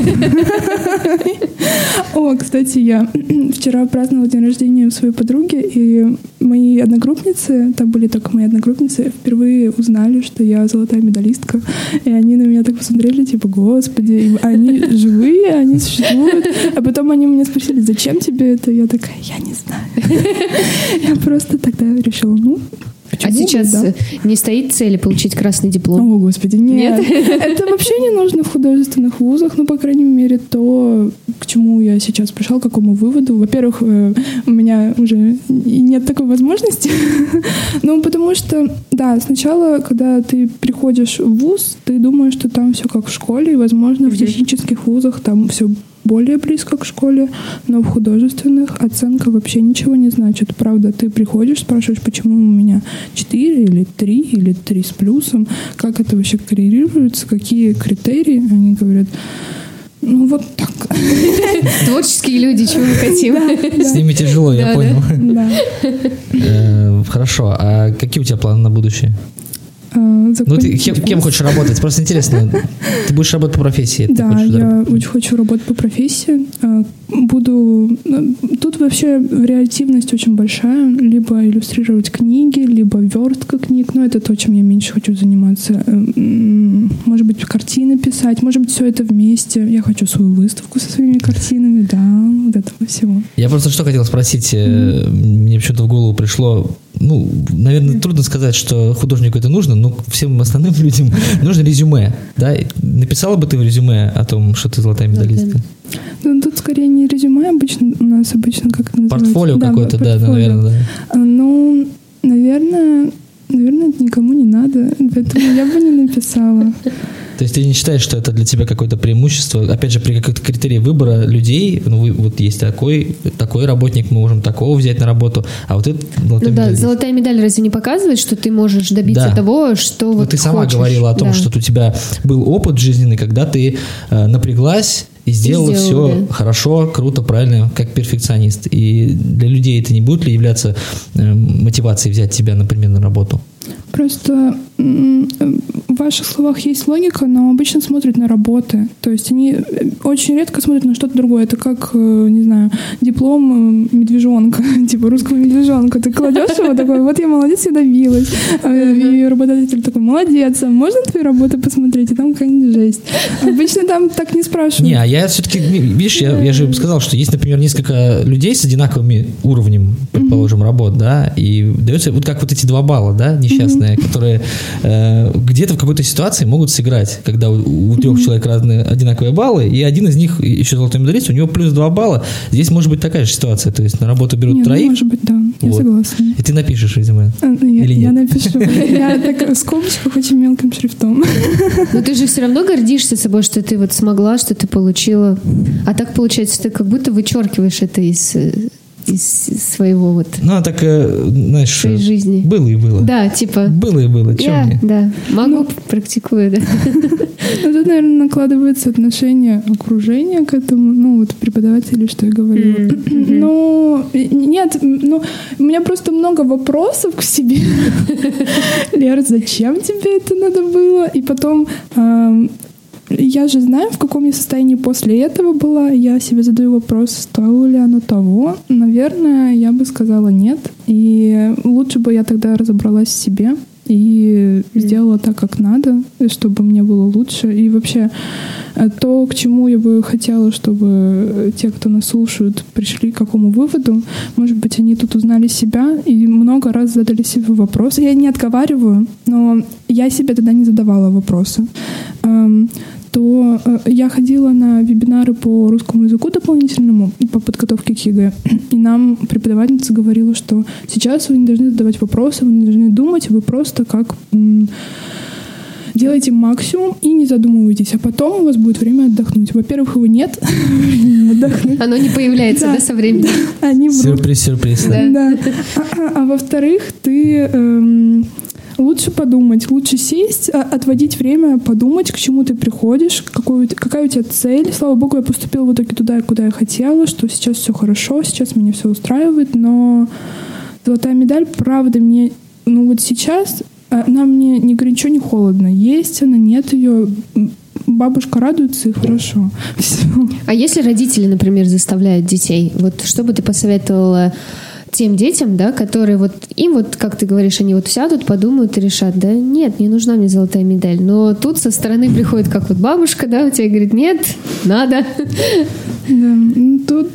О, кстати, я вчера праздновала день рождения у своей подруги, и мои одногруппницы, там были только мои одногруппницы, впервые узнали, что я золотая медалистка. И они на меня так посмотрели, типа, господи, они живые, они существуют. А потом они меня спросили, зачем тебе это? Я такая, я не знаю. Я просто тогда решила, ну, почему? А сейчас да? не стоит цели получить красный диплом? О, господи, нет. нет. Это вообще не нужно в художественных вузах, ну, по крайней мере, то, к чему я сейчас пришла, к какому выводу. Во-первых, у меня уже нет такой возможности. Ну, потому что, да, сначала, когда ты приходишь в вуз, ты думаешь, что там все как в школе, и, возможно, в технических вузах там все более близко к школе, но в художественных оценка вообще ничего не значит. Правда, ты приходишь, спрашиваешь, почему у меня четыре или три или три с плюсом, как это вообще коррелируется, какие критерии. Они говорят, ну вот так. Творческие люди, чего мы хотим. С ними тяжело, я понял. Да. Хорошо, а какие у тебя планы на будущее? э, закончить. Ну, ты кем, кем хочешь работать? Просто интересно. Ты будешь работать по профессии? Да, я очень хочу работать по профессии. Буду... Тут вообще вариативность очень большая. Либо иллюстрировать книги, либо верстка книг. Но это то, чем я меньше хочу заниматься. Может быть, картины писать. Может быть, все это вместе. Я хочу свою выставку со своими картинами. Да, вот этого всего. Я просто что хотел спросить. Mm-hmm. Мне почему-то в голову пришло... Ну, наверное, трудно сказать, что художнику это нужно, но всем остальным людям нужно резюме. Да? Написала бы ты в резюме о том, что ты золотая медалистка? Ну, тут скорее не резюме обычно, у нас обычно как это называется? Портфолио да, какое-то, портфолио. Да, наверное, да. Ну, наверное, наверное, это никому не надо, поэтому я бы не написала. То есть ты не считаешь, что это для тебя какое-то преимущество? Опять же, при какой-то критерии выбора людей, ну, вы, вот есть такой, такой работник, мы можем такого взять на работу, а вот это золотая ну, медаль. Да, золотая медаль разве не показывает, что ты можешь добиться да. того, что вот вот ты сама хочешь. говорила о том, да. что у тебя был опыт жизненный, когда ты э, напряглась и сделала, и сделала все да. хорошо, круто, правильно, как перфекционист. И для людей это не будет ли являться э, мотивацией взять тебя, например, на работу? Просто в ваших словах есть логика, но обычно смотрят на работы. То есть они очень редко смотрят на что-то другое. Это как, не знаю, диплом медвежонка, типа русского медвежонка. Ты кладешь его такой, вот я молодец, я добилась. И работодатель такой, молодец, а можно твои работы посмотреть? И там какая-нибудь жесть. Обычно там так не спрашивают. Не, а я все-таки, видишь, я, я же сказал, что есть, например, несколько людей с одинаковым уровнем, предположим, работ, да, и дается вот как вот эти два балла, да, несчастные, mm-hmm. которые э, где-то в какой-то ситуации могут сыграть, когда у, у трех mm-hmm. человек разные одинаковые баллы, и один из них, еще золотой медалист, у него плюс два балла. Здесь может быть такая же ситуация, то есть на работу берут нет, троих. Ну, может быть, да, я вот. согласна. И ты напишешь резюме? А, я, или нет? Я напишу. Я так в скобочках очень мелким шрифтом. Но ты же все равно гордишься собой, что ты вот смогла, что ты получила. А так получается, ты как будто вычеркиваешь это из... из своего вот... Ну, так, знаешь... Своей жизни. Было и было. Да, типа... Было и было. Чё я, мне? Да, могу, ну, практикую, да. Ну, тут, наверное, накладывается отношение окружения к этому, ну, вот преподаватели, что я говорила. Mm-hmm. Ну, нет, ну, у меня просто много вопросов к себе. Лер, зачем тебе это надо было? И потом... Я же знаю, в каком я состоянии после этого была. Я себе задаю вопрос, стоило ли оно того. Наверное, я бы сказала нет. И лучше бы я тогда разобралась в себе и mm. сделала так, как надо, чтобы мне было лучше. И вообще то, к чему я бы хотела, чтобы те, кто нас слушают, пришли к какому выводу. Может быть, они тут узнали себя и много раз задали себе вопросы. Я не отговариваю, но я себе тогда не задавала вопросы. То я ходила на вебинары по русскому языку дополнительному, по подготовке к ЕГЭ, и нам преподавательница говорила, что сейчас вы не должны задавать вопросы, вы не должны думать, вы просто как м- делаете максимум и не задумывайтесь, а потом у вас будет время отдохнуть. Во-первых, его нет. Оно не появляется, да, со временем? Сюрприз, сюрприз. Да. А во-вторых, ты... Лучше подумать, лучше сесть, отводить время, подумать, к чему ты приходишь, какой, какая у тебя цель. Слава богу, я поступила в итоге туда, куда я хотела, что сейчас все хорошо, сейчас меня все устраивает, но золотая медаль, правда, мне, ну вот сейчас, она мне ни горячо, ни холодно. Есть она, нет ее, бабушка радуется, и хорошо. Все. А если родители, например, заставляют детей, вот что бы ты посоветовала тем детям, да, которые вот, им вот, как ты говоришь, они вот сядут, подумают и решат, да, нет, не нужна мне золотая медаль. Но тут со стороны приходит, как вот бабушка, да, у тебя говорит, нет, надо. Да, тут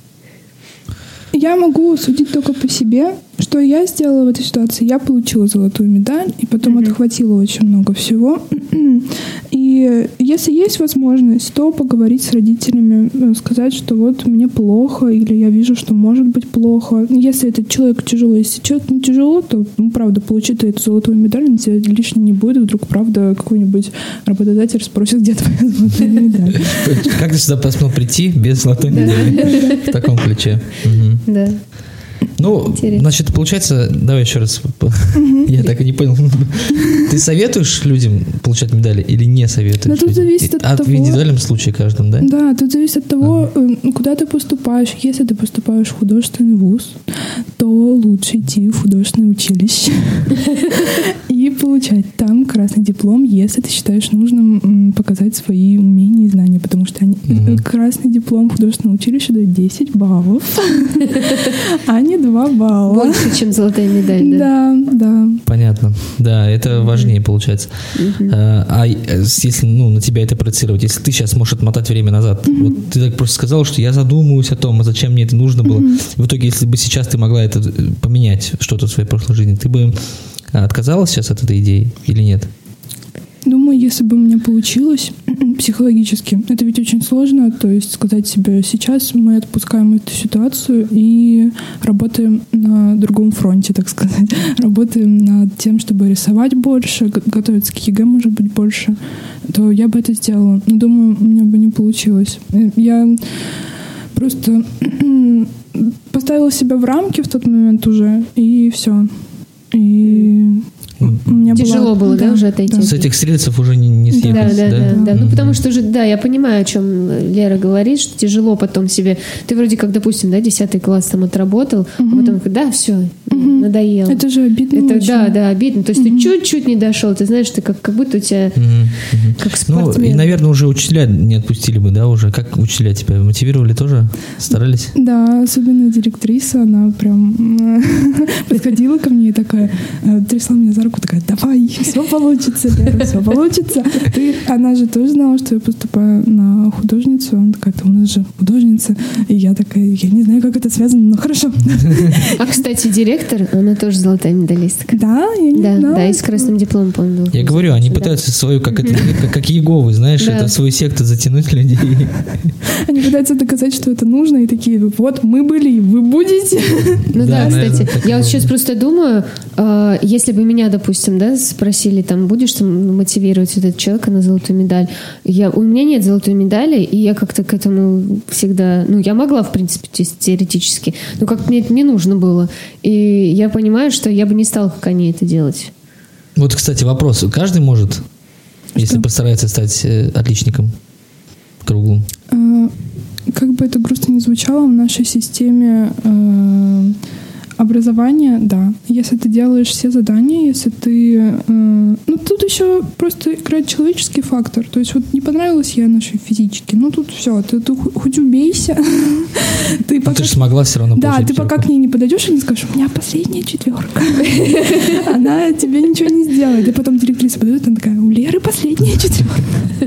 я могу судить только по себе, что я сделала в этой ситуации. Я получила золотую медаль, и потом mm-hmm. отхватила очень много всего. И если есть возможность, то поговорить с родителями, сказать, что вот мне плохо, или я вижу, что может быть плохо. Если этот человек тяжело, если человек не тяжело, то, ну, правда, получи ты эту золотую медаль, на тебя лишней не будет. Вдруг, правда, какой-нибудь работодатель спросит, где твоя золотая медаль. Как ты сюда посмел прийти без золотой медали? В таком ключе. Да. Ну, интересно. Значит, получается, давай еще раз. Я так и не понял. Ты советуешь людям получать медали или не советуешь? Ну, тут зависит от того... В индивидуальном случае каждом, да? Да, тут зависит от того, куда ты поступаешь. Если ты поступаешь в художественный вуз, то лучше идти в художественное училище и получать там красный диплом, если ты считаешь нужным показать свои умения и знания, потому что они, mm-hmm. красный диплом художественного училища дает десять баллов, а не два балла. Больше, чем золотая медаль, да? Да, да. Понятно. Да, это mm-hmm. важнее получается. Mm-hmm. А, а если ну, на тебя это проецировать, если ты сейчас можешь отмотать время назад, mm-hmm. вот ты так просто сказала, что я задумываюсь о том, а зачем мне это нужно было. Mm-hmm. В итоге, если бы сейчас ты могла это поменять, что-то в своей прошлой жизни, ты бы отказалась сейчас от этой идеи или нет? Думаю, если бы у меня получилось психологически, это ведь очень сложно, то есть сказать себе, сейчас мы отпускаем эту ситуацию и работаем на другом фронте, так сказать. Работаем над тем, чтобы рисовать больше, готовиться к ЕГЭ, может быть, больше, то я бы это сделала. Но думаю, у меня бы не получилось. Я просто поставила себя в рамки в тот момент уже, и все. И у меня тяжело была... было, да, да, уже отойти. Да. С этих стрельцев уже не, не съехать, да? Да, да, да. да. Mm-hmm. Ну, потому что уже, да, я понимаю, о чем Лера говорит, что тяжело потом себе... Ты вроде как, допустим, да, десятый класс там отработал, mm-hmm. а потом, да, все, mm-hmm. надоело. Это же обидно. Это, да, да, обидно. То есть mm-hmm. ты чуть-чуть не дошел, ты знаешь, ты как, как будто у тебя mm-hmm. как спортсмен. Ну, и, наверное, уже учителя не отпустили бы, да, уже. Как учителя тебя мотивировали тоже? Старались? Да, особенно директриса, она прям подходила ко мне и такая, трясла меня за руку, такая, давай, все получится, Лера, все получится. Ты, она же тоже знала, что я поступаю на художницу. Она такая, ты у нас же художница. И я такая, я не знаю, как это связано, но хорошо. А, кстати, директор, она тоже золотая медалистка. Да, я не да, знала. Да, и с красным дипломом, по-моему. Я говорю, они да. пытаются свою, как, это, как, как Иеговы, знаешь, да. это свою секту затянуть людей. Они пытаются доказать, что это нужно, и такие, вот мы были, и вы будете. Ну да, да кстати, я вот сейчас просто думаю, э, если бы меня, допустим, да, спросили, там, будешь там мотивировать вот этого человека на золотую медаль, я, у меня нет золотой медали, и я как-то к этому всегда, ну, я могла, в принципе, теоретически, но как-то мне это не нужно было, и я понимаю, что я бы не стала, как они, это делать. Вот, кстати, вопрос, каждый может, что? Если постарается стать отличником круглым? А, как бы это грустно ни звучало, в нашей системе э, образования, да. Если ты делаешь все задания, если ты... Э, ну, тут еще просто играет человеческий фактор. То есть вот не понравилась я нашей физичке, ну, тут все, ты, ты хоть убейся. Ты, пока... ты же смогла все равно Да, ты пока к ней не подойдешь и не скажешь, у меня последняя четверка. Она тебе ничего не сделает. И потом директриса подойдет, она такая, у Леры последняя четверка.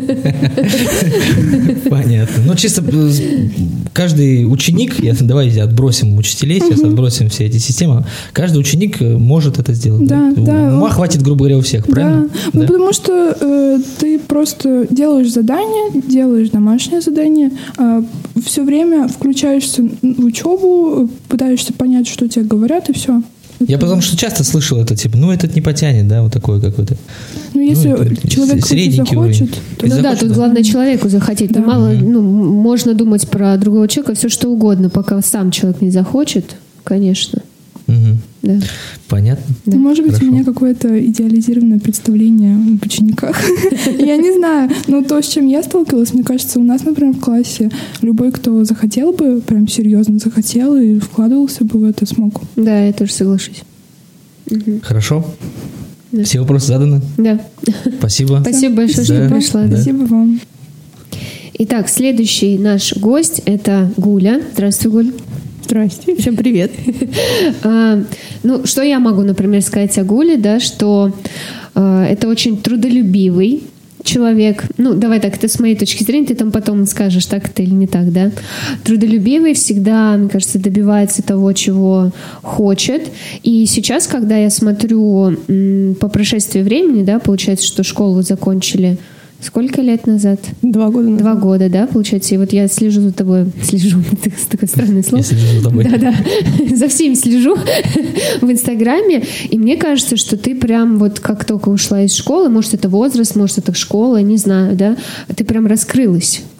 Понятно. Ну, чисто каждый ученик, давай отбросим учителей, сейчас отбросим все эти системы, каждый ученик может это сделать. Да, да. да. Ума хватит, грубо говоря, у всех, правильно? Да. Ну, да. Потому что э, ты просто делаешь задание, делаешь домашнее задание, э, все время включаешься в учебу, пытаешься понять, что тебе говорят, и все. Я потому что часто слышал это, типа, ну, этот не потянет, да, вот такое какое-то. Ну, если ну, человек захочет... Уровень. То, ну, да, тут да. главное человеку захотеть. Да. Мало, mm-hmm. ну, можно думать про другого человека все что угодно, пока сам человек не захочет, конечно. Mm-hmm. Да. Понятно. Да. Может быть, Хорошо. У меня какое-то идеализированное представление об учениках. Я не знаю, но то, с чем я сталкивалась, мне кажется, у нас, например, в классе любой, кто захотел бы, прям серьезно захотел и вкладывался бы в это, смог. Да, я тоже соглашусь. Хорошо. Все вопросы заданы? Да. Спасибо. Спасибо большое, что пришла. Спасибо вам. Итак, следующий наш гость – это Гуля. Здравствуй, Гуль. Здрасте, всем привет. а, ну, что я могу, например, сказать о Гуле, да, что а, это очень трудолюбивый человек. Ну, давай так, это с моей точки зрения, ты там потом скажешь, так это или не так, да. Трудолюбивый всегда, мне кажется, добивается того, чего хочет. И сейчас, когда я смотрю м, по прошествии времени, да, получается, что школу закончили сколько лет назад? Два года назад. Два года, да, получается. И вот я слежу за тобой, слежу, такое странное слово. Я слежу за тобой. Да-да, за всеми слежу в Инстаграме. И мне кажется, что ты прям вот как только ушла из школы, может, это возраст, может, это школа, не знаю, да, ты прям раскрылась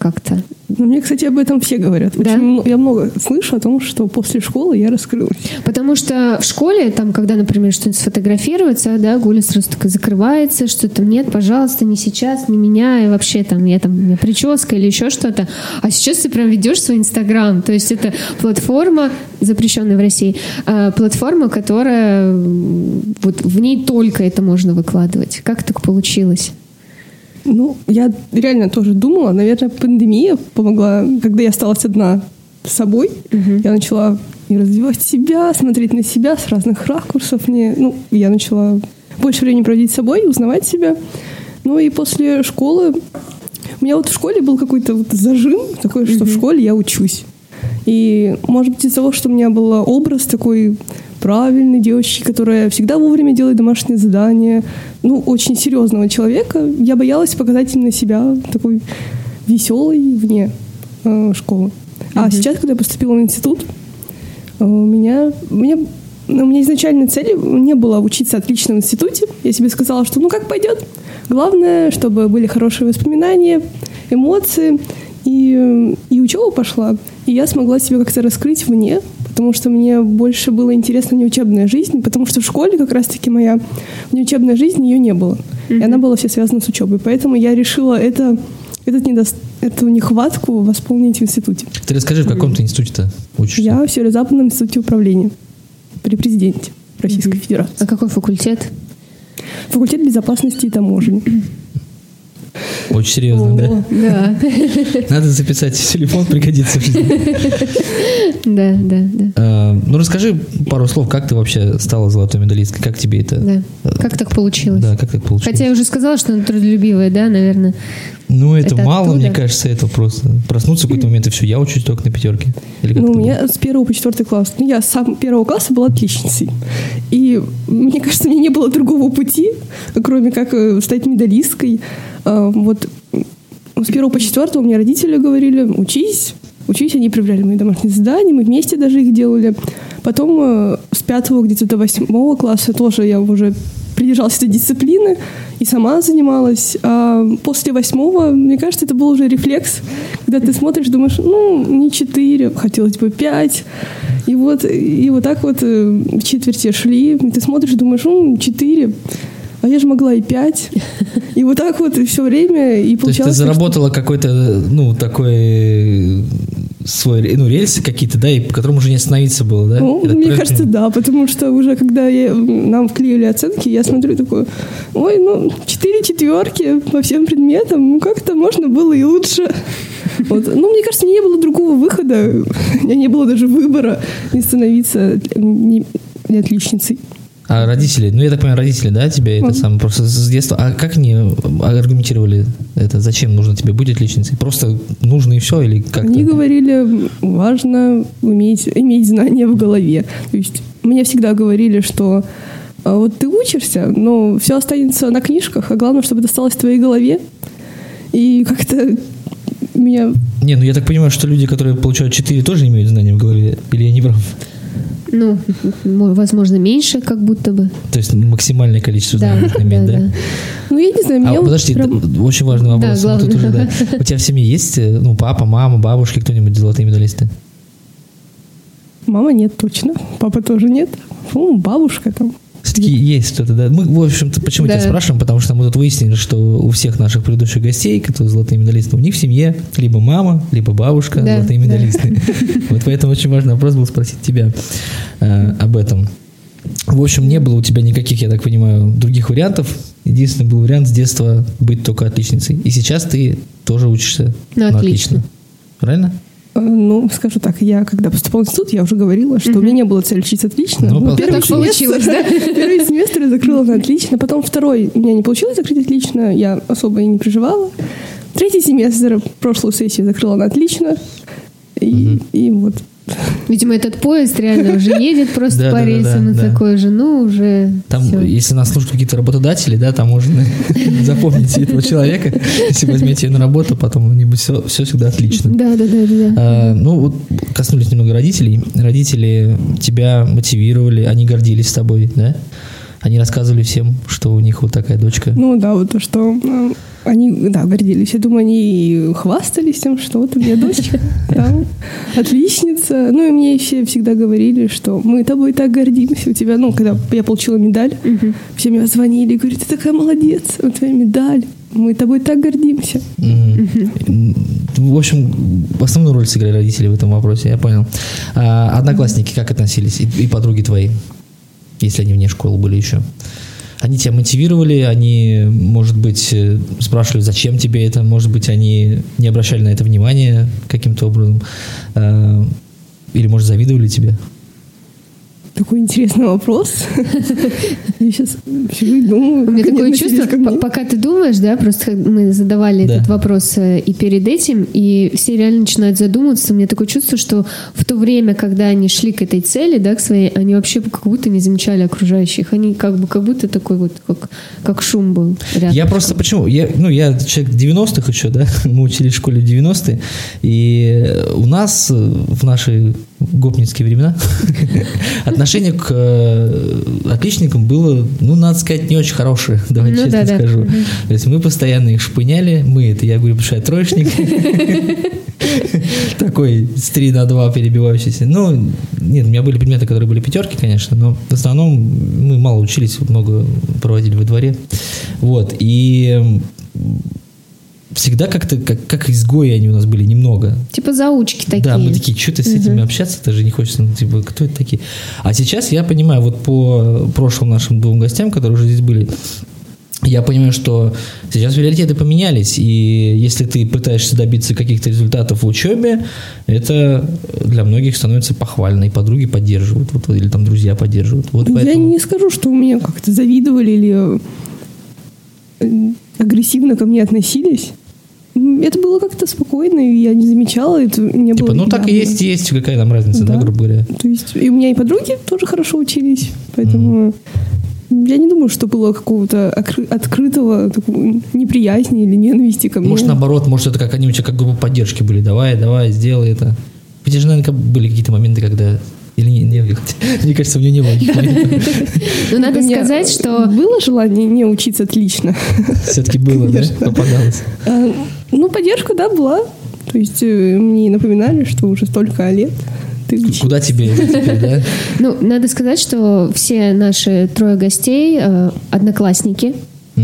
как-то? Ну, мне, кстати, об этом все говорят. Да? Очень, я много слышу о том, что после школы я раскрылась. Потому что в школе, там, когда, например, что-нибудь сфотографироваться, да, Гуля сразу такая закрывается, что там нет, пожалуйста, не сейчас, не меня, и вообще там, я там, у меня прическа или еще что-то. А сейчас ты прям ведешь свой Инстаграм. То есть это платформа, запрещенная в России, платформа, которая, вот в ней только это можно выкладывать. Как так получилось? Ну, я реально тоже думала, наверное, пандемия помогла, когда я осталась одна с собой. Uh-huh. Я начала и развивать себя, смотреть на себя с разных ракурсов. Мне, ну, я начала больше времени проводить с собой, узнавать себя. Ну и после школы... У меня вот в школе был какой-то вот зажим такой, что uh-huh. в школе я учусь. И, может быть, из-за того, что у меня был образ такой правильной девочки, которая всегда вовремя делает домашние задания, ну, очень серьезного человека, я боялась показать именно себя такой веселой вне э, школы. А mm-hmm. сейчас, когда я поступила в институт, э, у меня, у меня, у меня изначальной цели не было учиться отлично в институте. Я себе сказала, что ну как пойдет. Главное, чтобы были хорошие воспоминания, эмоции, и, и учеба пошла. И я смогла себя как-то раскрыть вне, потому что мне больше было интересна неучебная жизнь, потому что в школе как раз-таки моя неучебная жизнь, ее не было. Mm-hmm. И она была вся связана с учебой. Поэтому я решила это, этот недо... эту нехватку восполнить в институте. Ты расскажи, в каком mm-hmm. ты институте-то учишься? Я в Северо-Западном институте управления при президенте Российской mm-hmm. Федерации. А какой факультет? Факультет безопасности и таможни. Очень серьезно, да? Да. Надо записать телефон, пригодится в жизни. Да, да, да. А, ну, расскажи пару слов, как ты вообще стала золотой медалисткой, как тебе это... Да. Как так получилось? Да, как так получилось? Хотя я уже сказала, что она трудолюбивая, да, наверное. Ну, это, это мало, оттуда? Мне кажется, это просто проснуться в какой-то момент, и все, я учусь только на пятерке. Или ну, у меня с первого по четвертый класс. Ну, я с самого первого класса была отличницей. И мне кажется, у меня не было другого пути, кроме как стать медалисткой. Вот с первого по четвертого у меня родители говорили: учись, учись, они проверяли мои домашние задания, мы вместе даже их делали. Потом с пятого где-то до восьмого класса тоже я уже придержалась этой дисциплины и сама занималась. А после восьмого, мне кажется, это был уже рефлекс, когда ты смотришь, думаешь, ну, не четыре, хотелось бы пять. И вот, и вот так вот в четверти шли, и ты смотришь, думаешь, ну, четыре. А я же могла и пять. И вот так вот все время. И получалось, то есть ты заработала что... какой-то, ну, такой свой, ну, рельсы какие-то, да, и по которым уже не остановиться было, да? Ну, мне правильно? Кажется, да, потому что уже когда я, нам вклеили оценки, я смотрю такой, ой, ну, четыре четверки по всем предметам, ну, как-то можно было и лучше. Вот. Ну, мне кажется, мне не было другого выхода, у меня не было даже выбора не становиться не, не отличницей. А родители, ну я так понимаю, родители, да, тебе это самое просто с детства. А как они аргументировали это? Зачем нужно тебе быть отличницей? Просто нужно и все или как-то? Они говорили, важно иметь, иметь знания в голове. То есть мне всегда говорили, что вот ты учишься, но все останется на книжках, а главное, чтобы это осталось в твоей голове. И как-то меня... Не, ну я так понимаю, что люди, которые получают четыре, тоже имеют знания в голове. Или я не прав? Ну, возможно, меньше, как будто бы. То есть максимальное количество знаний нужно иметь, да? да? Ну, я не знаю, меня... А, вот подожди, прям... очень важный вопрос. Да, тут уже, да. У тебя в семье есть, ну, папа, мама, бабушки, кто-нибудь золотые медалисты? Мама нет, точно. Папа тоже нет. Ну, бабушка там. Все-таки есть что-то, да. Мы, в общем-то, почему да. тебя спрашиваем? Потому что мы тут выяснили, что у всех наших предыдущих гостей, которые золотые медалисты, у них в семье либо мама, либо бабушка да, золотые да. медалисты. Вот поэтому очень важный вопрос был спросить тебя э, об этом. В общем, не было у тебя никаких, я так понимаю, других вариантов. Единственный был вариант с детства быть только отличницей. И сейчас ты тоже учишься ну, на отлично. отлично. Правильно? Ну, скажу так, я когда поступала в институт, я уже говорила, что mm-hmm. у меня не было цели учиться отлично. Ну, ну, первый так семестр, получилось, да? Первый семестр я закрыла на отлично, потом второй у меня не получилось закрыть отлично, я особо и не переживала. Третий семестр, прошлую сессию закрыла на отлично, и, mm-hmm. и вот... Видимо, этот поезд реально уже едет просто по рельсам, и такой же, ну, уже... Там, если нас слушают какие-то работодатели, да, там можно запомнить этого человека, если возьмете ее на работу, потом у них все, все всегда отлично. Да, да, да, да. А, ну, вот коснулись немного родителей. Родители тебя мотивировали, они гордились тобой, да? Они рассказывали всем, что у них вот такая дочка. Ну да, вот то, что Они, да, гордились. Я думаю, они хвастались тем, что вот у меня дочка там отличница. Ну, и мне все всегда говорили, что мы тобой так гордимся. У тебя, ну, когда я получила медаль, все мне звонили и говорили, ты такая молодец, у тебя медаль. Мы тобой так гордимся. Mm-hmm. В общем, основную роль сыграли родители в этом вопросе, я понял. А одноклассники как относились? И, и подруги твои, если они вне школы были еще? Они тебя мотивировали, они, может быть, спрашивали, зачем тебе это, может быть, они не обращали на это внимания каким-то образом, или, может, завидовали тебе? Такой интересный вопрос. Я сейчас думаю. У меня такое чувство, пока ты думаешь, да, просто мы задавали этот вопрос и перед этим, и все реально начинают задумываться. У меня такое чувство, что в то время, когда они шли к этой цели, да, к своей, они вообще как будто не замечали окружающих. Они как бы, как будто такой вот, как, как шум был рядом. Я просто почему? Я, ну, я человек девяностых еще, да, мы учились в школе в девяностые, и у нас в наши гопницкие времена отношение к э, отличникам было, ну, надо сказать, не очень хорошее, давайте ну, честно да, скажу. Да. То есть мы постоянно их шпыняли, мы, это я говорю, потому что я троечник, такой с три на два перебивающийся. Ну, нет, у меня были предметы, которые были пятерки, конечно, но в основном мы мало учились, много проводили во дворе. Вот, и всегда как-то, как, как изгои они у нас были, немного. Типа заучки такие. Да, мы такие, что ты с этими uh-huh. общаться, даже не хочется, ну, типа, кто это такие? А сейчас я понимаю, вот по прошлым нашим двум гостям, которые уже здесь были, я понимаю, что сейчас приоритеты поменялись, и если ты пытаешься добиться каких-то результатов в учебе, это для многих становится похвально, и подруги поддерживают, вот, или там друзья поддерживают. Вот я поэтому... не скажу, что у меня как-то завидовали или агрессивно ко мне относились. Это было как-то спокойно, и я не замечала, это не типа, было... ну, так и есть, есть, какая там разница, да, да, грубо говоря. То есть, и у меня и подруги тоже хорошо учились, поэтому mm-hmm. я не думаю, что было какого-то открытого такого неприязни или ненависти ко мне. Может, наоборот, может, это как они у тебя как группа поддержки были, давай, давай, сделай это. Ведь же, наверное, были какие-то моменты, когда... Или не, не, мне кажется, у меня не было никаких моментов. Ну, надо сказать, что... Было желание не учиться отлично. Все-таки было, да? Попадалось. Ну, поддержка, да, была. То есть мне напоминали, что уже столько лет. Куда тебе теперь, да? Ну, надо сказать, что все наши трое гостей одноклассники,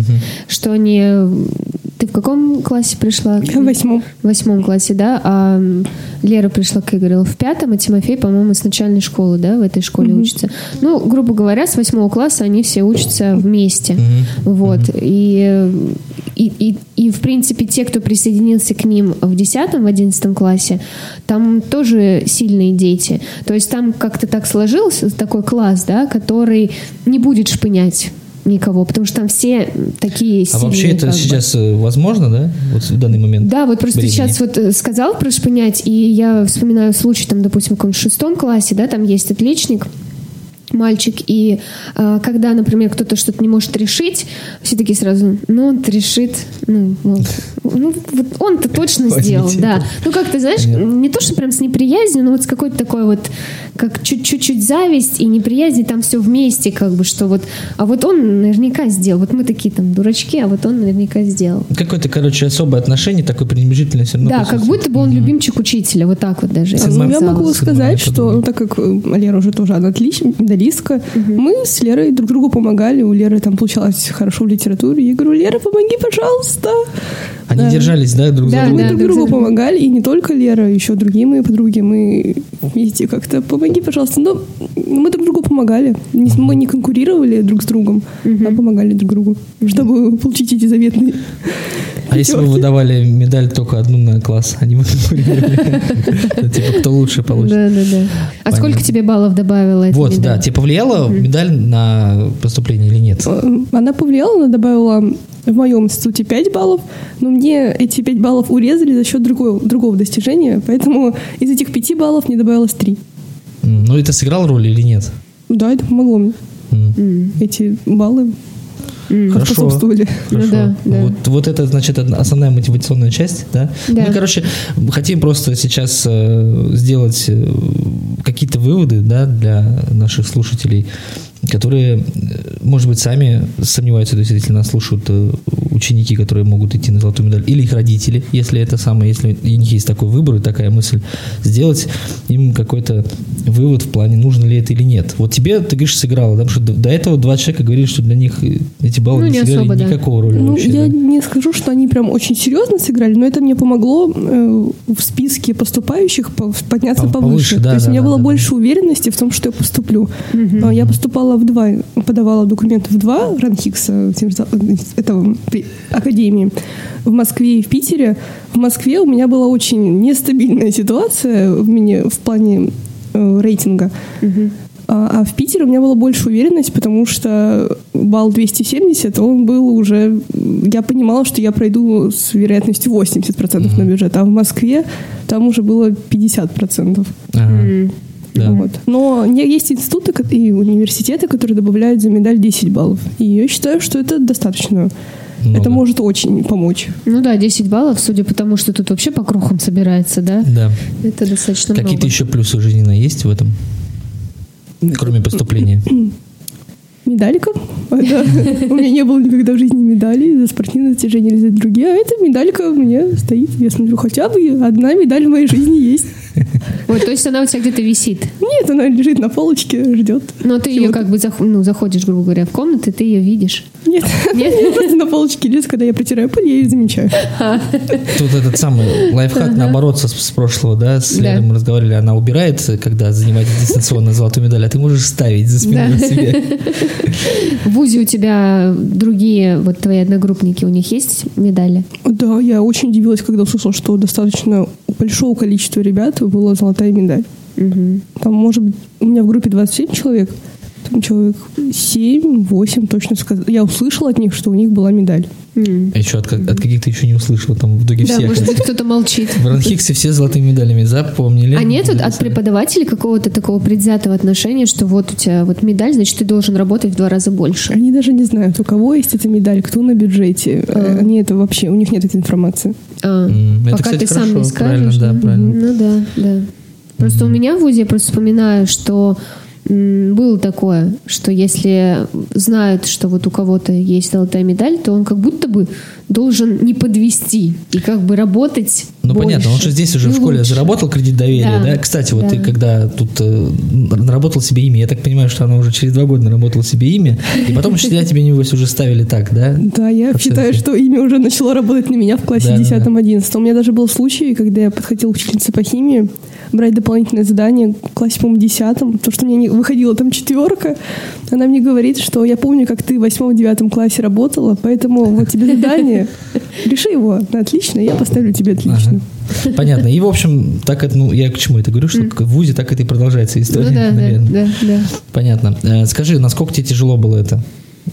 что они... Ты в каком классе пришла? В восьмом. В восьмом классе, да. А Лера пришла к Игорю в пятом, а Тимофей, по-моему, с начальной школы, да, в этой школе mm-hmm. учится. Ну, грубо говоря, с восьмого класса они все учатся вместе. Mm-hmm. Вот. Mm-hmm. И, и, и, и, в принципе, те, кто присоединился к ним в десятом, в одиннадцатом классе, там тоже сильные дети. То есть там как-то так сложился такой класс, да, который не будет шпынять никого, потому что там все такие сильные. А вообще это сейчас бы. возможно, да? Вот в данный момент? Да, вот просто времени. Сейчас вот сказал про шпынять, и я вспоминаю случай, там, допустим, в каком-то шестом классе, да, там есть отличник, мальчик, и а, когда, например, кто-то что-то не может решить, все такие сразу, ну, он-то решит, ну, мол, ну вот он-то точно сделал, да. Ну, как ты знаешь, Нет. не то, что прям с неприязнью, но вот с какой-то такой вот, как чуть-чуть зависть и неприязнь, там все вместе, как бы, что вот, а вот он наверняка сделал, вот мы такие там дурачки, а вот он наверняка сделал. Какое-то, короче, особое отношение, такое пренебрежительное все равно. Да, как будто бы он mm-hmm. любимчик учителя, вот так вот даже. Ну, я могу сказать, что, ну, так как Лера уже тоже она отличная, медалистка, mm-hmm. мы с Лерой друг другу помогали, у Леры там получалось хорошо в литературе, я говорю, Лера, помоги, пожалуйста. Они да. держались, да, друг да, за друга? Да, друг другу помогали, и не только Лера, еще другие мои подруги, мы вместе как-то, помоги, пожалуйста. Но мы друг другу помогали. Мы не конкурировали друг с другом, uh-huh. а помогали друг другу, чтобы получить эти заветные. А если бы вы давали медаль только одну на класс, они бы конкурировали? Типа, кто лучше получит? Да, да, да. А сколько тебе баллов добавила эта медаль? Вот, да. Тебе повлияла медаль на поступление или нет? Она повлияла, она добавила в моем институте пять баллов, но мне эти пять баллов урезали за счет другого, другого достижения, поэтому из этих пяти баллов мне добавилось три. Ну, это сыграло роль или нет? Да, это помогло мне. Mm. Эти баллы mm. Хорошо. способствовали. Хорошо. Ну, да, да. Вот, вот это, значит, основная мотивационная часть, да? Да. Мы, короче, хотим просто сейчас э, сделать э, какие-то выводы, да, для наших слушателей, которые, может быть, сами сомневаются, то есть если нас слушают ученики, которые могут идти на золотую медаль, или их родители, если это самое, если у них есть такой выбор и такая мысль, сделать им какой-то вывод в плане, нужно ли это или нет. Вот тебе, ты говоришь, сыграло, да? Потому что до этого два человека говорили, что для них эти баллы ну, не, не сыграли особо, никакого да. роли ну, вообще. Я да? не скажу, что они прям очень серьезно сыграли, но это мне помогло э, в списке поступающих подняться По- повыше. повыше да, То есть да, у меня да, было да, больше да. уверенности в том, что я поступлю. Угу. Я поступала в два, подавала документы в два РАНХИКСа, этого академии, в Москве и в Питере. В Москве у меня была очень нестабильная ситуация в, меня, в плане э, рейтинга. Угу. А, а в Питере у меня была больше уверенность, потому что балл двести семьдесят, он был уже... Я понимала, что я пройду с вероятностью восемьдесят процентов угу. на бюджет, а в Москве там уже было пятьдесят процентов. Ага. Угу. Да. Вот. Но есть институты и университеты, которые добавляют за медаль десять баллов. И я считаю, что это достаточно. Много. Это может очень помочь. Ну да, десять баллов, судя по тому, что тут вообще по крохам собирается, да? Да. Это достаточно Какие-то много. еще плюсы жизненные есть в этом? Кроме поступления? Медалька. У меня не было никогда в жизни медалей за спортивные достижения или за другие. А эта медалька у меня стоит. Я смотрю, хотя бы одна медаль в моей жизни есть. Вот, то есть она у тебя где-то висит? Нет, она лежит на полочке, ждет. Но ты ее как бы ну, заходишь, грубо говоря, в комнату, и ты ее видишь? Нет. Нет? Просто на полочке лежит, когда я протираю пыль, я ее замечаю. Тут этот самый лайфхак, наоборот, с прошлого, да, с Лерой мы разговаривали, она убирает, когда занимается дистанционно золотую медаль, а ты можешь ставить за спиной себе. В вузе у тебя другие, вот твои одногруппники, у них есть медали? Да, я очень удивилась, когда услышала, что достаточно у большого количества ребят была золотая медаль. Угу. Там, может быть, у меня в группе двадцать семь человек, там человек семь-восемь точно сказал. Я услышала от них, что у них была медаль. Mm. А еще от, от каких-то еще не услышала, там в итоге да, все. Может быть, кто-то молчит. В РАНХИКСе все золотыми медалями запомнили. А нет вот от преподавателей какого-то такого предвзятого отношения, что вот у тебя вот медаль, значит, ты должен работать в два раза больше? Они даже не знают, у кого есть эта медаль, кто на бюджете. А. Они это вообще, у них нет этой информации. А. Mm. Это, Пока кстати, ты хорошо, сам не скажешь. Да, да. Правильно. Ну да, да. Просто mm-hmm. у меня в вузе, я просто вспоминаю, что было такое, что если знают, что вот у кого-то есть золотая медаль, то он как будто бы должен не подвести и как бы работать Ну, больше. понятно, он же здесь уже ну, в школе лучше. заработал кредит доверия, да? да? Кстати, вот да. ты когда тут э, наработал себе имя, я так понимаю, что она уже через два года наработала себе имя, и потом учителя тебе, небось, уже ставили так, да? Да, я считаю, что имя уже начало работать на меня в классе десятом-одиннадцатом. У меня даже был случай, когда я подходила к учительнице по химии, брать дополнительное задание в классе, по-моему, десятом, то, что у меня не выходила там четверка, она мне говорит, что я помню, как ты в восьмом-девятом классе работала, поэтому вот тебе задание, реши его на отлично, я поставлю тебе отлично. Ага. Понятно. И, в общем, так это, ну, я к чему это говорю, что mm. в вузе так это и продолжается история, ну, да, наверное. Да, да, да. Понятно. Скажи, насколько тебе тяжело было это?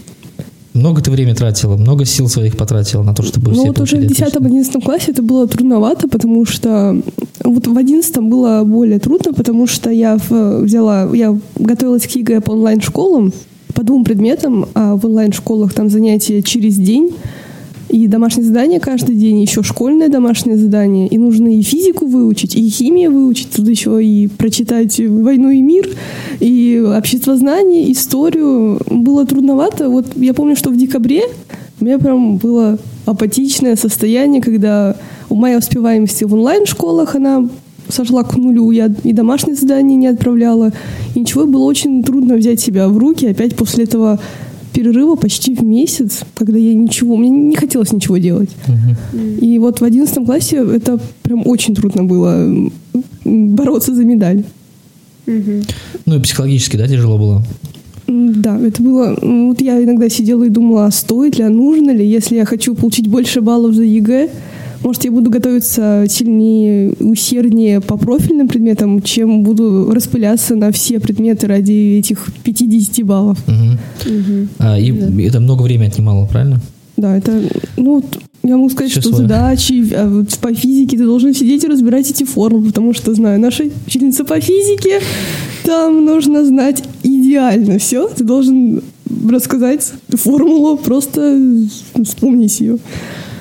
Много ты время тратила, много сил своих потратила на то, чтобы ну, все вот уже в десятом-одиннадцатом классе это было трудновато, потому что вот в одиннадцатом было более трудно, потому что я в, взяла, я готовилась к ЕГЭ по онлайн-школам по двум предметам, а в онлайн-школах там занятия через день, и домашнее задание каждый день, еще школьное домашнее задание, и нужно и физику выучить, и химию выучить, тут еще и прочитать «Войну и мир», и обществознание, историю. Было трудновато. Вот я помню, что в декабре у меня прям было апатичное состояние, когда моя успеваемость в онлайн-школах, она сошла к нулю, я и домашние задания не отправляла, и ничего, было очень трудно взять себя в руки опять после этого перерыва почти в месяц, когда я ничего, мне не хотелось ничего делать. Uh-huh. И вот в одиннадцатом классе это прям очень трудно было бороться за медаль. Uh-huh. Ну и психологически, да, тяжело было? Да, это было... Вот я иногда сидела и думала, а стоит ли, а нужно ли, если я хочу получить больше баллов за ЕГЭ, может, я буду готовиться сильнее, усерднее по профильным предметам, чем буду распыляться на все предметы ради этих пятьдесят баллов. Угу. Угу. А, и да. Это много времени отнимало, правильно? Да, это... Ну, я могу сказать, Все что свое. задачи а вот по физике ты должен сидеть и разбирать эти формулы, потому что, знаю, наша учительница по физике, там нужно знать идеально все. Ты должен рассказать формулу, просто вспомнить ее.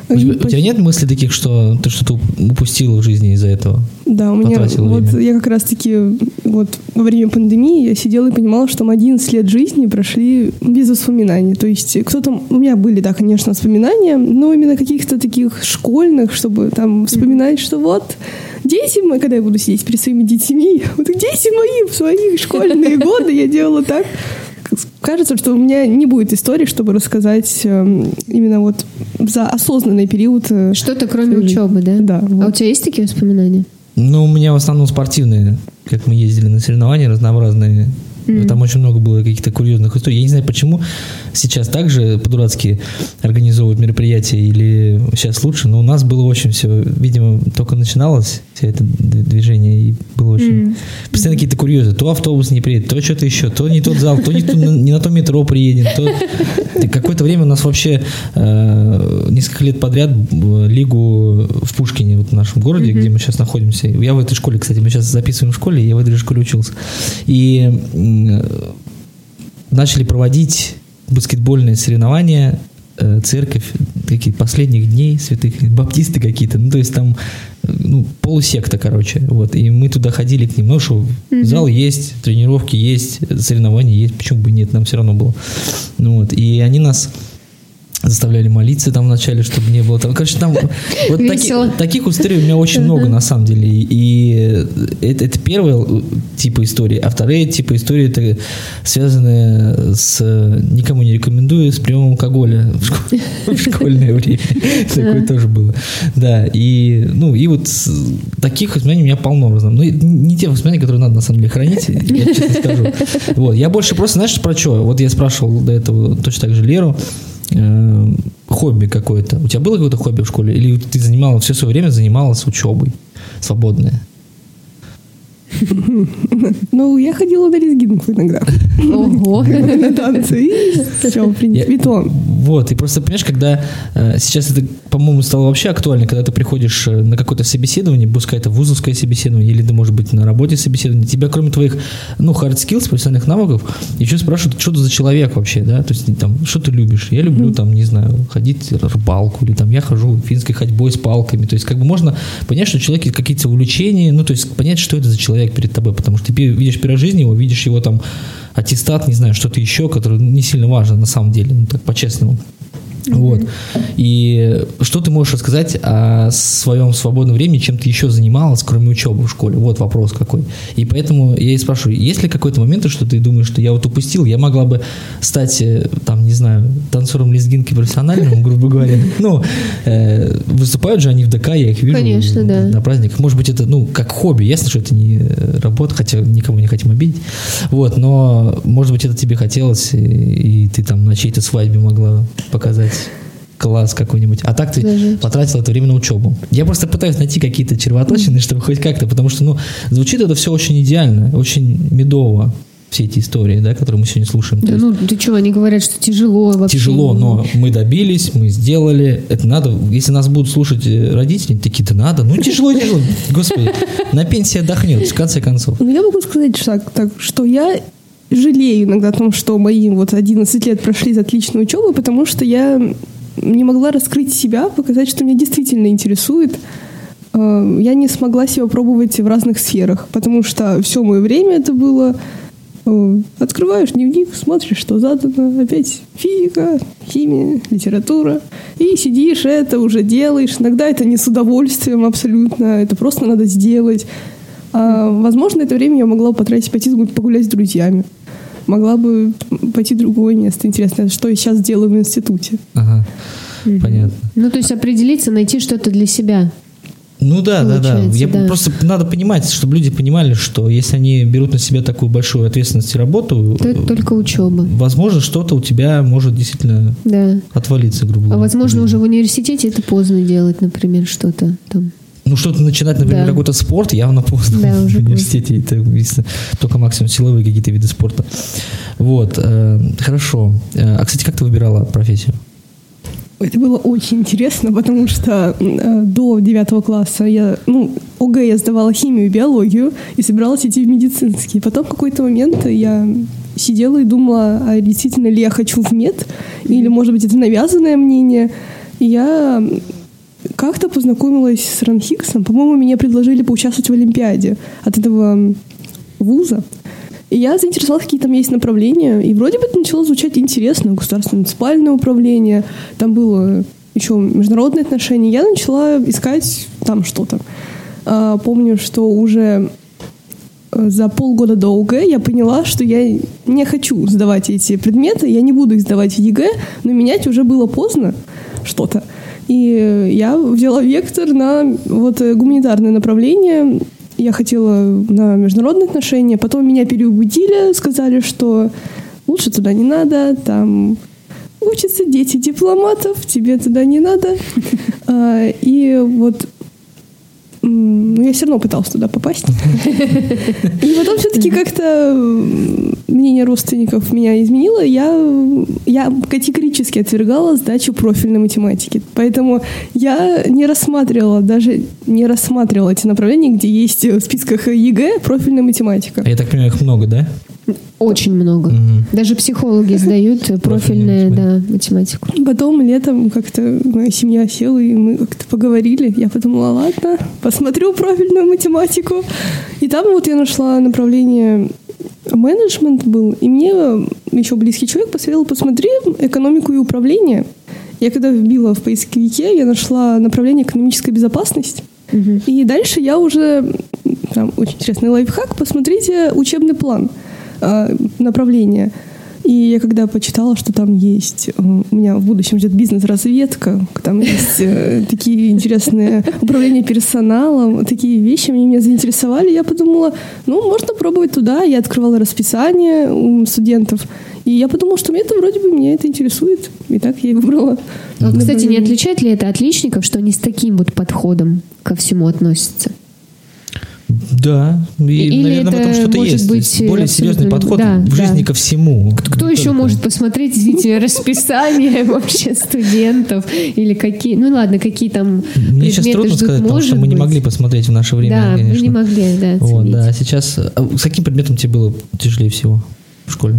У тебя, у тебя нет мыслей таких, что ты что-то упустила в жизни из-за этого? Да, у меня вот я как раз-таки вот во время пандемии я сидела и понимала, что одиннадцать лет жизни прошли без воспоминаний. То есть кто-то... У меня были, да, конечно, воспоминания, но именно каких-то таких школьных, чтобы там вспоминать, что вот дети мои, когда я буду сидеть перед своими детьми, вот дети мои в свои школьные годы я делала так. Кажется, что у меня не будет истории, чтобы рассказать э, именно вот за осознанный период. Э, Что-то кроме учебы, да? Да. Вот. А у тебя есть такие воспоминания? Ну, у меня в основном спортивные. Как мы ездили на соревнования разнообразные. Mm-hmm. Там очень много было каких-то курьезных историй. Я не знаю, почему сейчас так же по-дурацки организовывают мероприятия или сейчас лучше, но у нас было очень все, видимо, только начиналось все это движение, и было очень... Mm-hmm. Постоянно какие-то курьезы. То автобус не приедет, то что-то еще, то не тот зал, то не, то, не на то метро приедет, то... Какое-то время у нас вообще э, несколько лет подряд лигу в Пушкине, вот в нашем городе, mm-hmm. где мы сейчас находимся. Я в этой школе, кстати, мы сейчас записываем в школе, я в этой же школе учился. И начали проводить баскетбольные соревнования, э, церковь, какие-то последних дней святых, баптисты какие-то, ну, то есть там, ну, полусекта, короче, вот, и мы туда ходили к ним, ну, что, mm-hmm. зал есть, тренировки есть, соревнования есть, почему бы нет, нам все равно было, ну, вот, и они нас заставляли молиться там вначале, чтобы не было там. Короче, там вот таки, таких историй у меня очень много, на самом деле. И это, это первый тип истории. А вторые типы истории это связаны с, никому не рекомендую, с приемом алкоголя в школьное время. Такое тоже было. Да, и ну, и вот таких воспоминаний у меня полно. Ну, не те воспоминания, которые надо на самом деле хранить, я честно скажу. Вот. Я больше просто, знаешь, про что? Вот я спрашивал до этого точно так же Леру, хобби какое-то. У тебя было какое-то хобби в школе? Или ты занималась, все свое время занималась учебой свободное? Ну, я ходила на лезгинку иногда. Ого! На танцы. И все, в принципе, то. Вот, и просто, понимаешь, когда э, сейчас это, по-моему, стало вообще актуально, когда ты приходишь на какое-то собеседование, пускай это вузовское собеседование, или, да, может быть, на работе собеседование, тебя, кроме твоих, ну, hard skills, профессиональных навыков, еще спрашивают, что ты за человек вообще, да, то есть, там, что ты любишь? Я люблю, там, не знаю, ходить в рыбалку, или там, я хожу финской ходьбой с палками, то есть, как бы можно понять, что у человека какие-то увлечения, ну, то есть, понять, что это за человек перед тобой, потому что ты видишь первый жизни его, видишь его там аттестат, не знаю, что-то еще, которое не сильно важно на самом деле, ну так по-честному. Mm-hmm. Вот. И что ты можешь рассказать о своем свободном времени, чем ты еще занималась, кроме учебы в школе? Вот вопрос какой. И поэтому я и спрашиваю, есть ли какой-то момент, что ты думаешь, что я вот упустил, я могла бы стать, там, не знаю, танцором лезгинки профессиональным, грубо говоря. Ну, э, выступают же они в ДК, я их вижу. Конечно, да. На праздниках. Может быть, это, ну, как хобби. Ясно, что это не работа, хотя никого не хотим обидеть. Вот, но, может быть, это тебе хотелось, и, и ты там на чьей-то свадьбе могла показать класс какой-нибудь. А так ты Даже. потратил это время на учебу. Я просто пытаюсь найти какие-то червоточины, mm-hmm. чтобы хоть как-то, потому что, ну, звучит это все очень идеально, очень медово. Все эти истории, да, которые мы сегодня слушаем. Да, ну, ты что, они говорят, что тяжело вообще. Тяжело, но мы добились, мы сделали. Это надо, если нас будут слушать родители, такие-то надо. Ну, тяжело, тяжело. Господи, на пенсии отдохнет, в конце концов. Ну, я могу сказать, что, так, что я жалею иногда о том, что мои вот одиннадцать лет прошли из отличной учебы, потому что я не могла раскрыть себя, показать, что меня действительно интересует. Я не смогла себя пробовать в разных сферах, потому что все мое время это было... Открываешь дневник, смотришь, что задано, опять физика, химия, литература, и сидишь, это уже делаешь. Иногда это не с удовольствием абсолютно, это просто надо сделать. А, возможно, это время я могла потратить, пойти погулять с друзьями. Могла бы пойти в другое место. Интересно, что я сейчас делаю в институте. Ага, mm-hmm. понятно. Ну, то есть определиться, найти что-то для себя. Ну да, да, да. Я да. Просто надо понимать, чтобы люди понимали, что если они берут на себя такую большую ответственность и работу, то это только учеба. Возможно, что-то у тебя может действительно да. отвалиться, грубо говоря. А возможно, уже в университете это поздно делать, например, что-то там. Ну, что-то начинать, например, да. какой-то спорт, явно поздно да, в университете. Это только максимум силовые какие-то виды спорта. Вот, э, хорошо. А, кстати, как ты выбирала профессию? Это было очень интересно, потому что э, до девятого класса я, ну, ОГЭ я сдавала химию и биологию и собиралась идти в медицинский. Потом в какой-то момент я сидела и думала, а действительно ли я хочу в мед, или, может быть, это навязанное мнение. И я как-то познакомилась с РАНХИКСом. По-моему, меня предложили поучаствовать в Олимпиаде от этого вуза. И я заинтересовалась, какие там есть направления. И вроде бы это начало звучать интересно. Государственное муниципальное управление. Там было еще международные отношения. Я начала искать там что-то. А, помню, что уже за полгода до ОГЭ я поняла, что я не хочу сдавать эти предметы. Я не буду их сдавать в ЕГЭ, но менять уже было поздно что-то. И я взяла вектор на вот гуманитарное направление. Я хотела на международные отношения. Потом меня переубедили, сказали, что лучше туда не надо, там учатся дети дипломатов, тебе туда не надо. И вот ну, я все равно пыталась туда попасть. И потом все-таки как-то мнение родственников меня изменило. Я, я категорически отвергала сдачу профильной математики. Поэтому я не рассматривала, даже не рассматривала эти направления, где есть в списках ЕГЭ профильная математика. А я так понимаю, их много, да? Очень много. Угу. Даже психологи сдают профильную да, математику. Потом летом как-то моя семья села, и мы как-то поговорили. Я подумала, ладно, посмотрю профильную математику. И там вот я нашла направление менеджмент был. И мне еще близкий человек посоветовал, посмотри экономику и управление. Я когда вбила в поисковике, я нашла направление экономическая безопасность. Угу. И дальше я уже... Там очень интересный лайфхак. Посмотрите учебный план направления. И я когда почитала, что там есть, у меня в будущем ждет бизнес-разведка, там есть такие интересные управления персоналом, такие вещи меня заинтересовали. Я подумала, ну, можно пробовать туда. Я открывала расписание у студентов. И я подумала, что мне это вроде бы, меня это интересует. И так я и выбрала. А, кстати, не отличает ли это отличников, что они с таким вот подходом ко всему относятся? Да, и, Или наверное, в этом что-то есть. Быть более серьезный подход да, в жизни да. ко всему. Кто, кто еще такое? Может посмотреть, извините, расписание вообще студентов? Или какие, ну ладно, какие там Мне сейчас трудно ждут, сказать, потому что мы быть. не могли посмотреть в наше время. Да, конечно. мы не могли, да, вот, да. Сейчас, с каким предметом тебе было тяжелее всего в школе?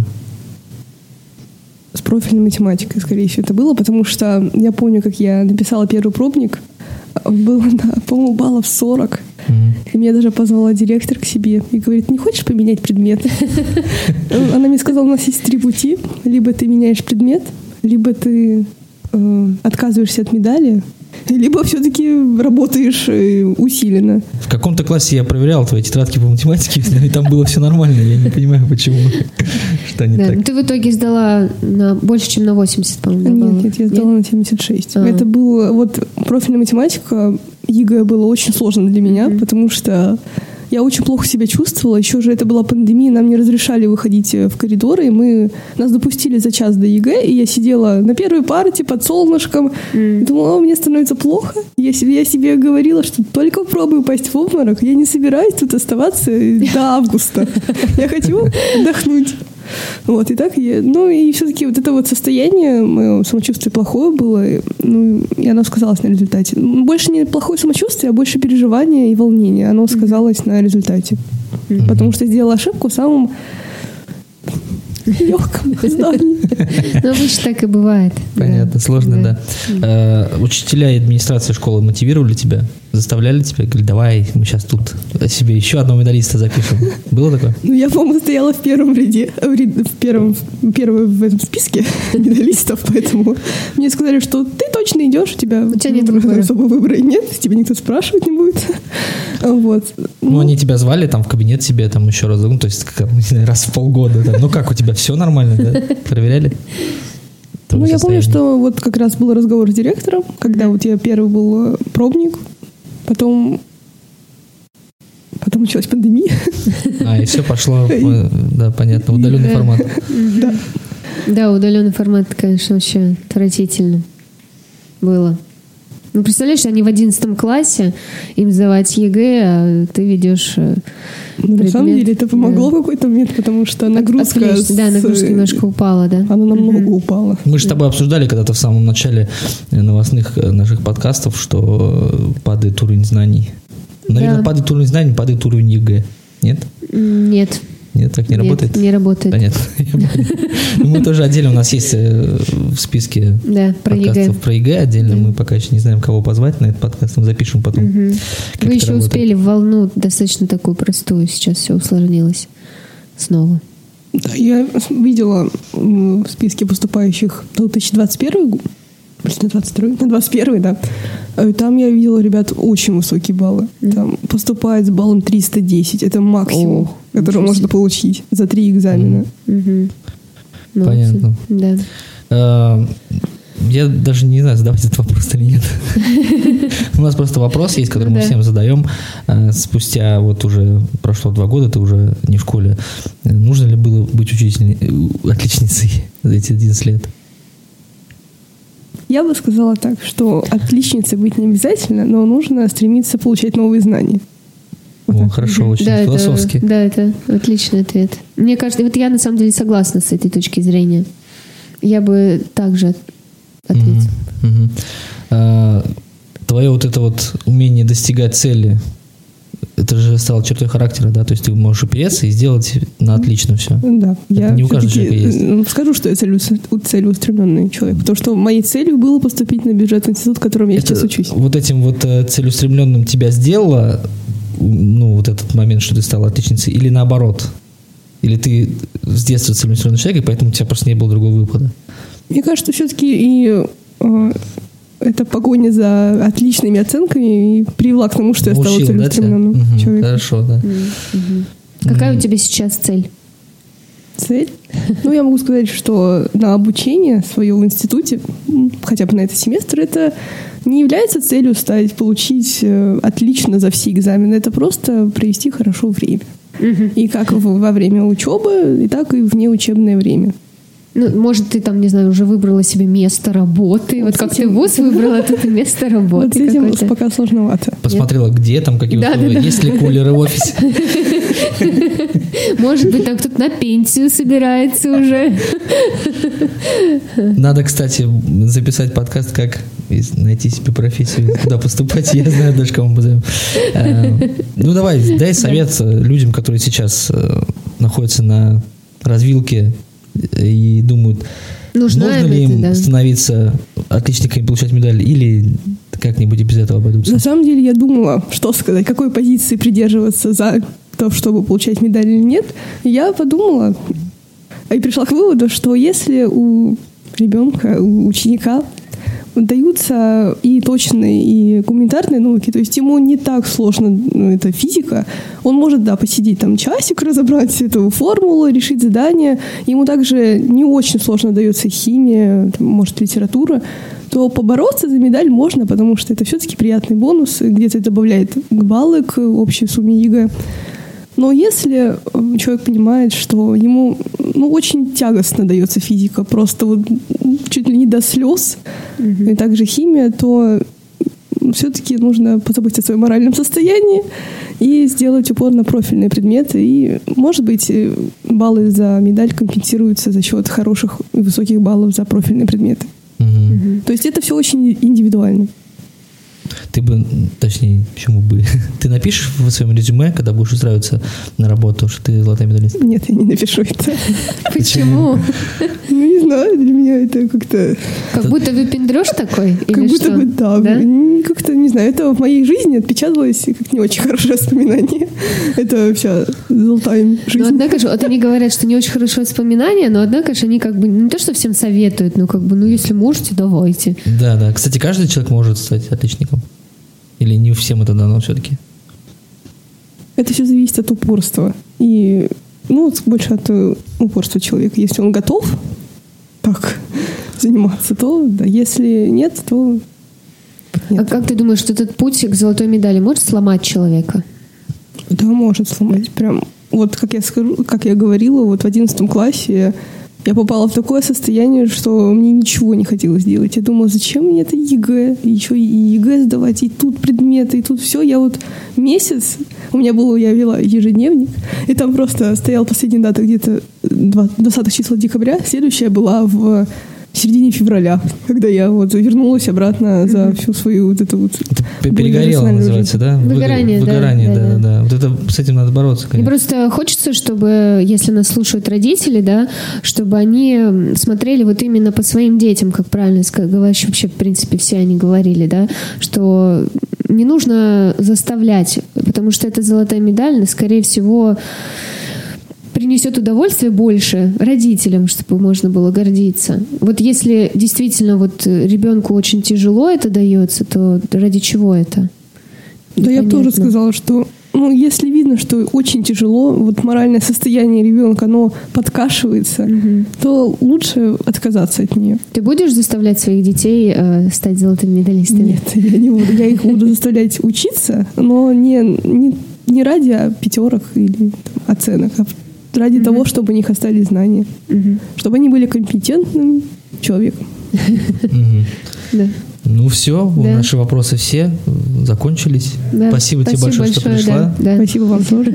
С профильной математикой, скорее всего, это было, потому что я помню, как я написала первый пробник, было, да, по-моему, баллов сорок. Mm-hmm. И меня даже позвала директор к себе и говорит, не хочешь поменять предмет? Она мне сказала, у нас есть три пути. Либо ты меняешь предмет, либо ты э, отказываешься от медали, либо все-таки работаешь усиленно. В каком-то классе я проверял твои тетрадки по математике, и там было все нормально. Я не понимаю, почему. Что не да, так. Ты в итоге сдала на больше, чем на восемьдесят, по-моему. Нет, баллов. нет, я сдала нет? на семьдесят шесть. А-а. Это было... Вот профильная математика, ЕГЭ было очень сложно для меня, mm-hmm. потому что я очень плохо себя чувствовала. Еще же это была пандемия, нам не разрешали выходить в коридоры, и мы... Нас допустили за час до ЕГЭ, и я сидела на первой парте под солнышком, mm. и думала, о, мне становится плохо. Я себе, я себе говорила, что только попробую упасть в обморок, я не собираюсь тут оставаться до августа. Я хочу отдохнуть. Вот, и так я... Ну, и все-таки вот это вот состояние, мое самочувствие плохое было, ну, и оно сказалось на результате. Больше не плохое самочувствие, а больше переживание и волнение. Оно сказалось на результате. Mm-hmm. Потому что сделала ошибку в самом легком здании. Ну, обычно так и бывает. Понятно, сложно, да. Учителя и администрация школы мотивировали тебя? Заставляли тебя? Говорили, давай, мы сейчас тут себе еще одного медалиста запишем. Было такое? Ну, я, по-моему, стояла в первом ряде, в первом, первой в этом списке медалистов, поэтому мне сказали, что ты точно идешь, у тебя, у тебя нет выбора. Особо выбора нет, тебя никто спрашивать не будет. Вот. Ну, ну, они тебя звали там в кабинет себе там еще раз, ну, то есть как, не знаю, раз в полгода. Там. Ну, как, у тебя все нормально, да? Проверяли? Ну, я помню, что вот как раз был разговор с директором, когда вот я первый был пробник, потом, потом началась пандемия. А, и все пошло, да, понятно, удаленный формат. Да. Да, удаленный формат, конечно, вообще отвратительно было. Ну, представляешь, они в одиннадцатом классе, им сдавать ЕГЭ, а ты ведешь ну, на самом деле это помогло да. в какой-то момент, потому что нагрузка... Отвлечь, с... Да, нагрузка немножко упала, да? Она намного mm-hmm. упала. Мы же с тобой обсуждали когда-то в самом начале новостных наших подкастов, что падает уровень знаний. Наверное, да. падает уровень знаний, падает уровень ЕГЭ. Нет? Нет. Нет, так не Нет, работает? не работает. Понятно. Мы тоже отдельно, у нас есть в списке подкастов про ЕГЭ отдельно. Мы пока еще не знаем, кого позвать на этот подкаст. Мы запишем потом. Вы еще успели в волну достаточно такую простую. Сейчас все усложнилось снова. Да, я видела в списке поступающих две тысячи двадцать первый год. На двадцать второй, на двадцать первый, да. Там я видела, ребят, очень высокие баллы. Mm-hmm. Там поступает с баллом триста десять. Это максимум, oh, который можно себе. получить за три экзамена. Mm-hmm. Понятно. Да. А, я даже не знаю, задавать этот вопрос или нет. У нас просто вопрос есть, который мы всем задаем. Спустя вот уже прошло два года, ты уже не в школе. Нужно ли было быть учительницей, отличницей за эти одиннадцать лет? Я бы сказала так, что отличницей быть не обязательно, но нужно стремиться получать новые знания. Вот О, хорошо, очень да, философски. Это, да, это отличный ответ. Мне кажется, вот я на самом деле согласна с этой точки зрения. Я бы также ответила. Mm-hmm. Mm-hmm. А, твое вот это вот умение достигать цели, это же стало чертой характера, да? То есть ты можешь опереться и сделать на отлично все. Да. Это я не у каждого человека есть. Скажу, что я целеустремленный человек. Потому что моей целью было поступить на бюджетный институт, в котором я это сейчас учусь. Вот этим вот целеустремленным тебя сделало, ну, вот этот момент, что ты стала отличницей, или наоборот? Или ты с детства целеустремленный человек, и поэтому у тебя просто не было другого выхода? Мне кажется, все-таки и... эта погоня за отличными оценками и привела к тому, что я стала целеустремленным да, угу, человеком. Хорошо, да. Угу. Какая у тебя сейчас цель? Цель? Ну, я могу сказать, что на обучение свое в институте, хотя бы на этот семестр, это не является целью стать, получить отлично за все экзамены. Это просто провести хорошо время. Угу. И как во время учебы, и так и в неучебное время. Ну, может, ты там, не знаю, уже выбрала себе место работы. Вот, вот как этим... ты вуз выбрала, тут и место работы. Вот с этим пока сложновато. Посмотрела, Нет? где там, какие да, условия, да, да. есть ли кулеры в офисе. Может быть, там кто-то на пенсию собирается уже. Надо, кстати, записать подкаст, как найти себе профессию, куда поступать. Я знаю даже, кому позовем. Ну, давай, дай совет людям, которые сейчас находятся на развилке и думают, Нужна нужно ли им это, да. становиться отличниками, получать медаль, или как-нибудь без этого обойдутся? На самом деле я думала, что сказать, какой позиции придерживаться за то, чтобы получать медаль или нет. И я подумала и пришла к выводу, что если у ребенка, у ученика даются и точные, и гуманитарные науки, то есть ему не так сложно, ну, это физика, он может, да, посидеть там часик, разобрать эту формулу, решить задание, ему также не очень сложно дается химия, там, может, литература, то побороться за медаль можно, потому что это все-таки приятный бонус, где-то это добавляет баллы к общей сумме ЕГЭ. Но если человек понимает, что ему ну, очень тягостно дается физика, просто вот чуть ли не до слез, mm-hmm. и также химия, то все-таки нужно позаботиться о своем моральном состоянии и сделать упор на профильные предметы. И, может быть, баллы за медаль компенсируются за счет хороших и высоких баллов за профильные предметы. Mm-hmm. Mm-hmm. То есть это все очень индивидуально. Ты бы, точнее, почему бы, ты напишешь в своем резюме, когда будешь устраиваться на работу, что ты золотая медалист? Нет, я не напишу это. Почему? Ну, не знаю, для меня это как-то... Как будто выпендрёж такой? Как будто бы, да. Как-то, не знаю, это в моей жизни отпечаталось как не очень хорошее воспоминание. Это вся золотая жизнь. Но однако же, вот они говорят, что не очень хорошее воспоминание, но однако же они как бы не то, что всем советуют, но как бы, ну, если можете, давайте. Да, да. Кстати, каждый человек может стать отличником. Или не всем это дано все-таки? Это все зависит от упорства. И, ну, больше от упорства человека. Если он готов так заниматься, то да. Если нет, то нет. А как ты думаешь, что этот путь к золотой медали может сломать человека? Да, может сломать. Прям, вот как я скажу, как я говорила, вот в одиннадцатом классе я попала в такое состояние, что мне ничего не хотелось делать. Я думала, зачем мне это ЕГЭ? Еще и ЕГЭ сдавать, и тут предметы, и тут все. Я вот месяц, у меня было, я вела ежедневник, и там просто стояла последняя дата где-то двадцатого числа декабря, следующая была в середине февраля, когда я вот вернулась обратно за всю свою вот эту вот... Это перегорело называется, да? Выгорание, Выгорание, да, да, да, да. Вот это, с этим надо бороться, конечно. Мне просто хочется, чтобы, если нас слушают родители, да, чтобы они смотрели вот именно по своим детям, как правильно говоришь, вообще, в принципе, все они говорили, да, что не нужно заставлять, потому что это золотая медаль, скорее всего, принесет удовольствие больше родителям, чтобы можно было гордиться. Вот если действительно вот ребенку очень тяжело это дается, то ради чего это? Да, я бы тоже сказала, что ну, если видно, что очень тяжело, вот моральное состояние ребенка, оно подкашивается, угу. то лучше отказаться от нее. Ты будешь заставлять своих детей э, стать золотыми медалистами? Нет, я не буду. Я их буду заставлять учиться, но не, не, не ради пятерок или там, оценок, а ради mm-hmm. того, чтобы у них остались знания. Mm-hmm. Чтобы они были компетентным человеком. Mm-hmm. Да. Ну все, да. Наши вопросы все закончились. Да. Спасибо, Спасибо тебе большое, большое, что пришла. Да. Да. Спасибо вам тоже.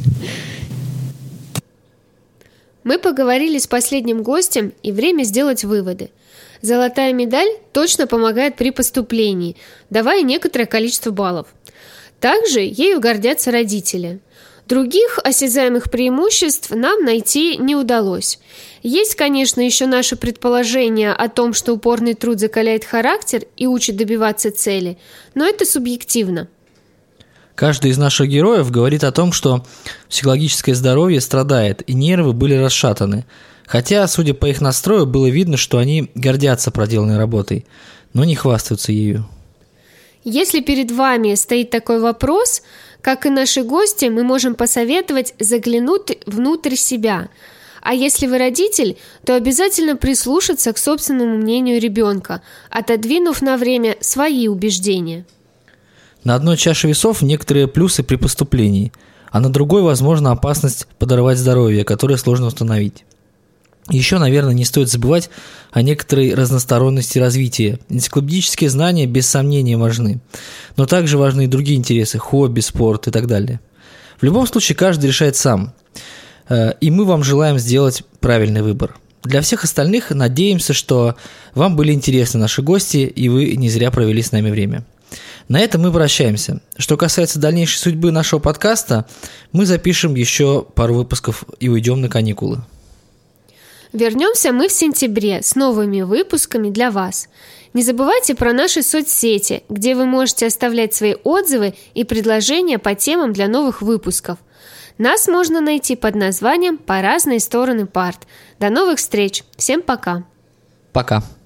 Мы поговорили с последним гостем, и время сделать выводы. Золотая медаль точно помогает при поступлении, давая некоторое количество баллов. Также ею гордятся родители. Других осязаемых преимуществ нам найти не удалось. Есть, конечно, еще наше предположение о том, что упорный труд закаляет характер и учит добиваться цели, но это субъективно. Каждый из наших героев говорит о том, что психологическое здоровье страдает, и нервы были расшатаны. Хотя, судя по их настрою, было видно, что они гордятся проделанной работой, но не хвастаются ею. Если перед вами стоит такой вопрос, как и наши гости, мы можем посоветовать заглянуть внутрь себя. А если вы родитель, то обязательно прислушаться к собственному мнению ребенка, отодвинув на время свои убеждения. На одной чаше весов некоторые плюсы при поступлении, а на другой, возможно, опасность подорвать здоровье, которое сложно установить. Еще, наверное, не стоит забывать о некоторой разносторонности развития. Энциклопедические знания без сомнения важны, но также важны и другие интересы – хобби, спорт и так далее. В любом случае, каждый решает сам, и мы вам желаем сделать правильный выбор. Для всех остальных надеемся, что вам были интересны наши гости, и вы не зря провели с нами время. На этом мы прощаемся. Что касается дальнейшей судьбы нашего подкаста, мы запишем еще пару выпусков и уйдем на каникулы. Вернемся мы в сентябре с новыми выпусками для вас. Не забывайте про наши соцсети, где вы можете оставлять свои отзывы и предложения по темам для новых выпусков. Нас можно найти под названием «По разные стороны парт». До новых встреч. Всем пока. Пока.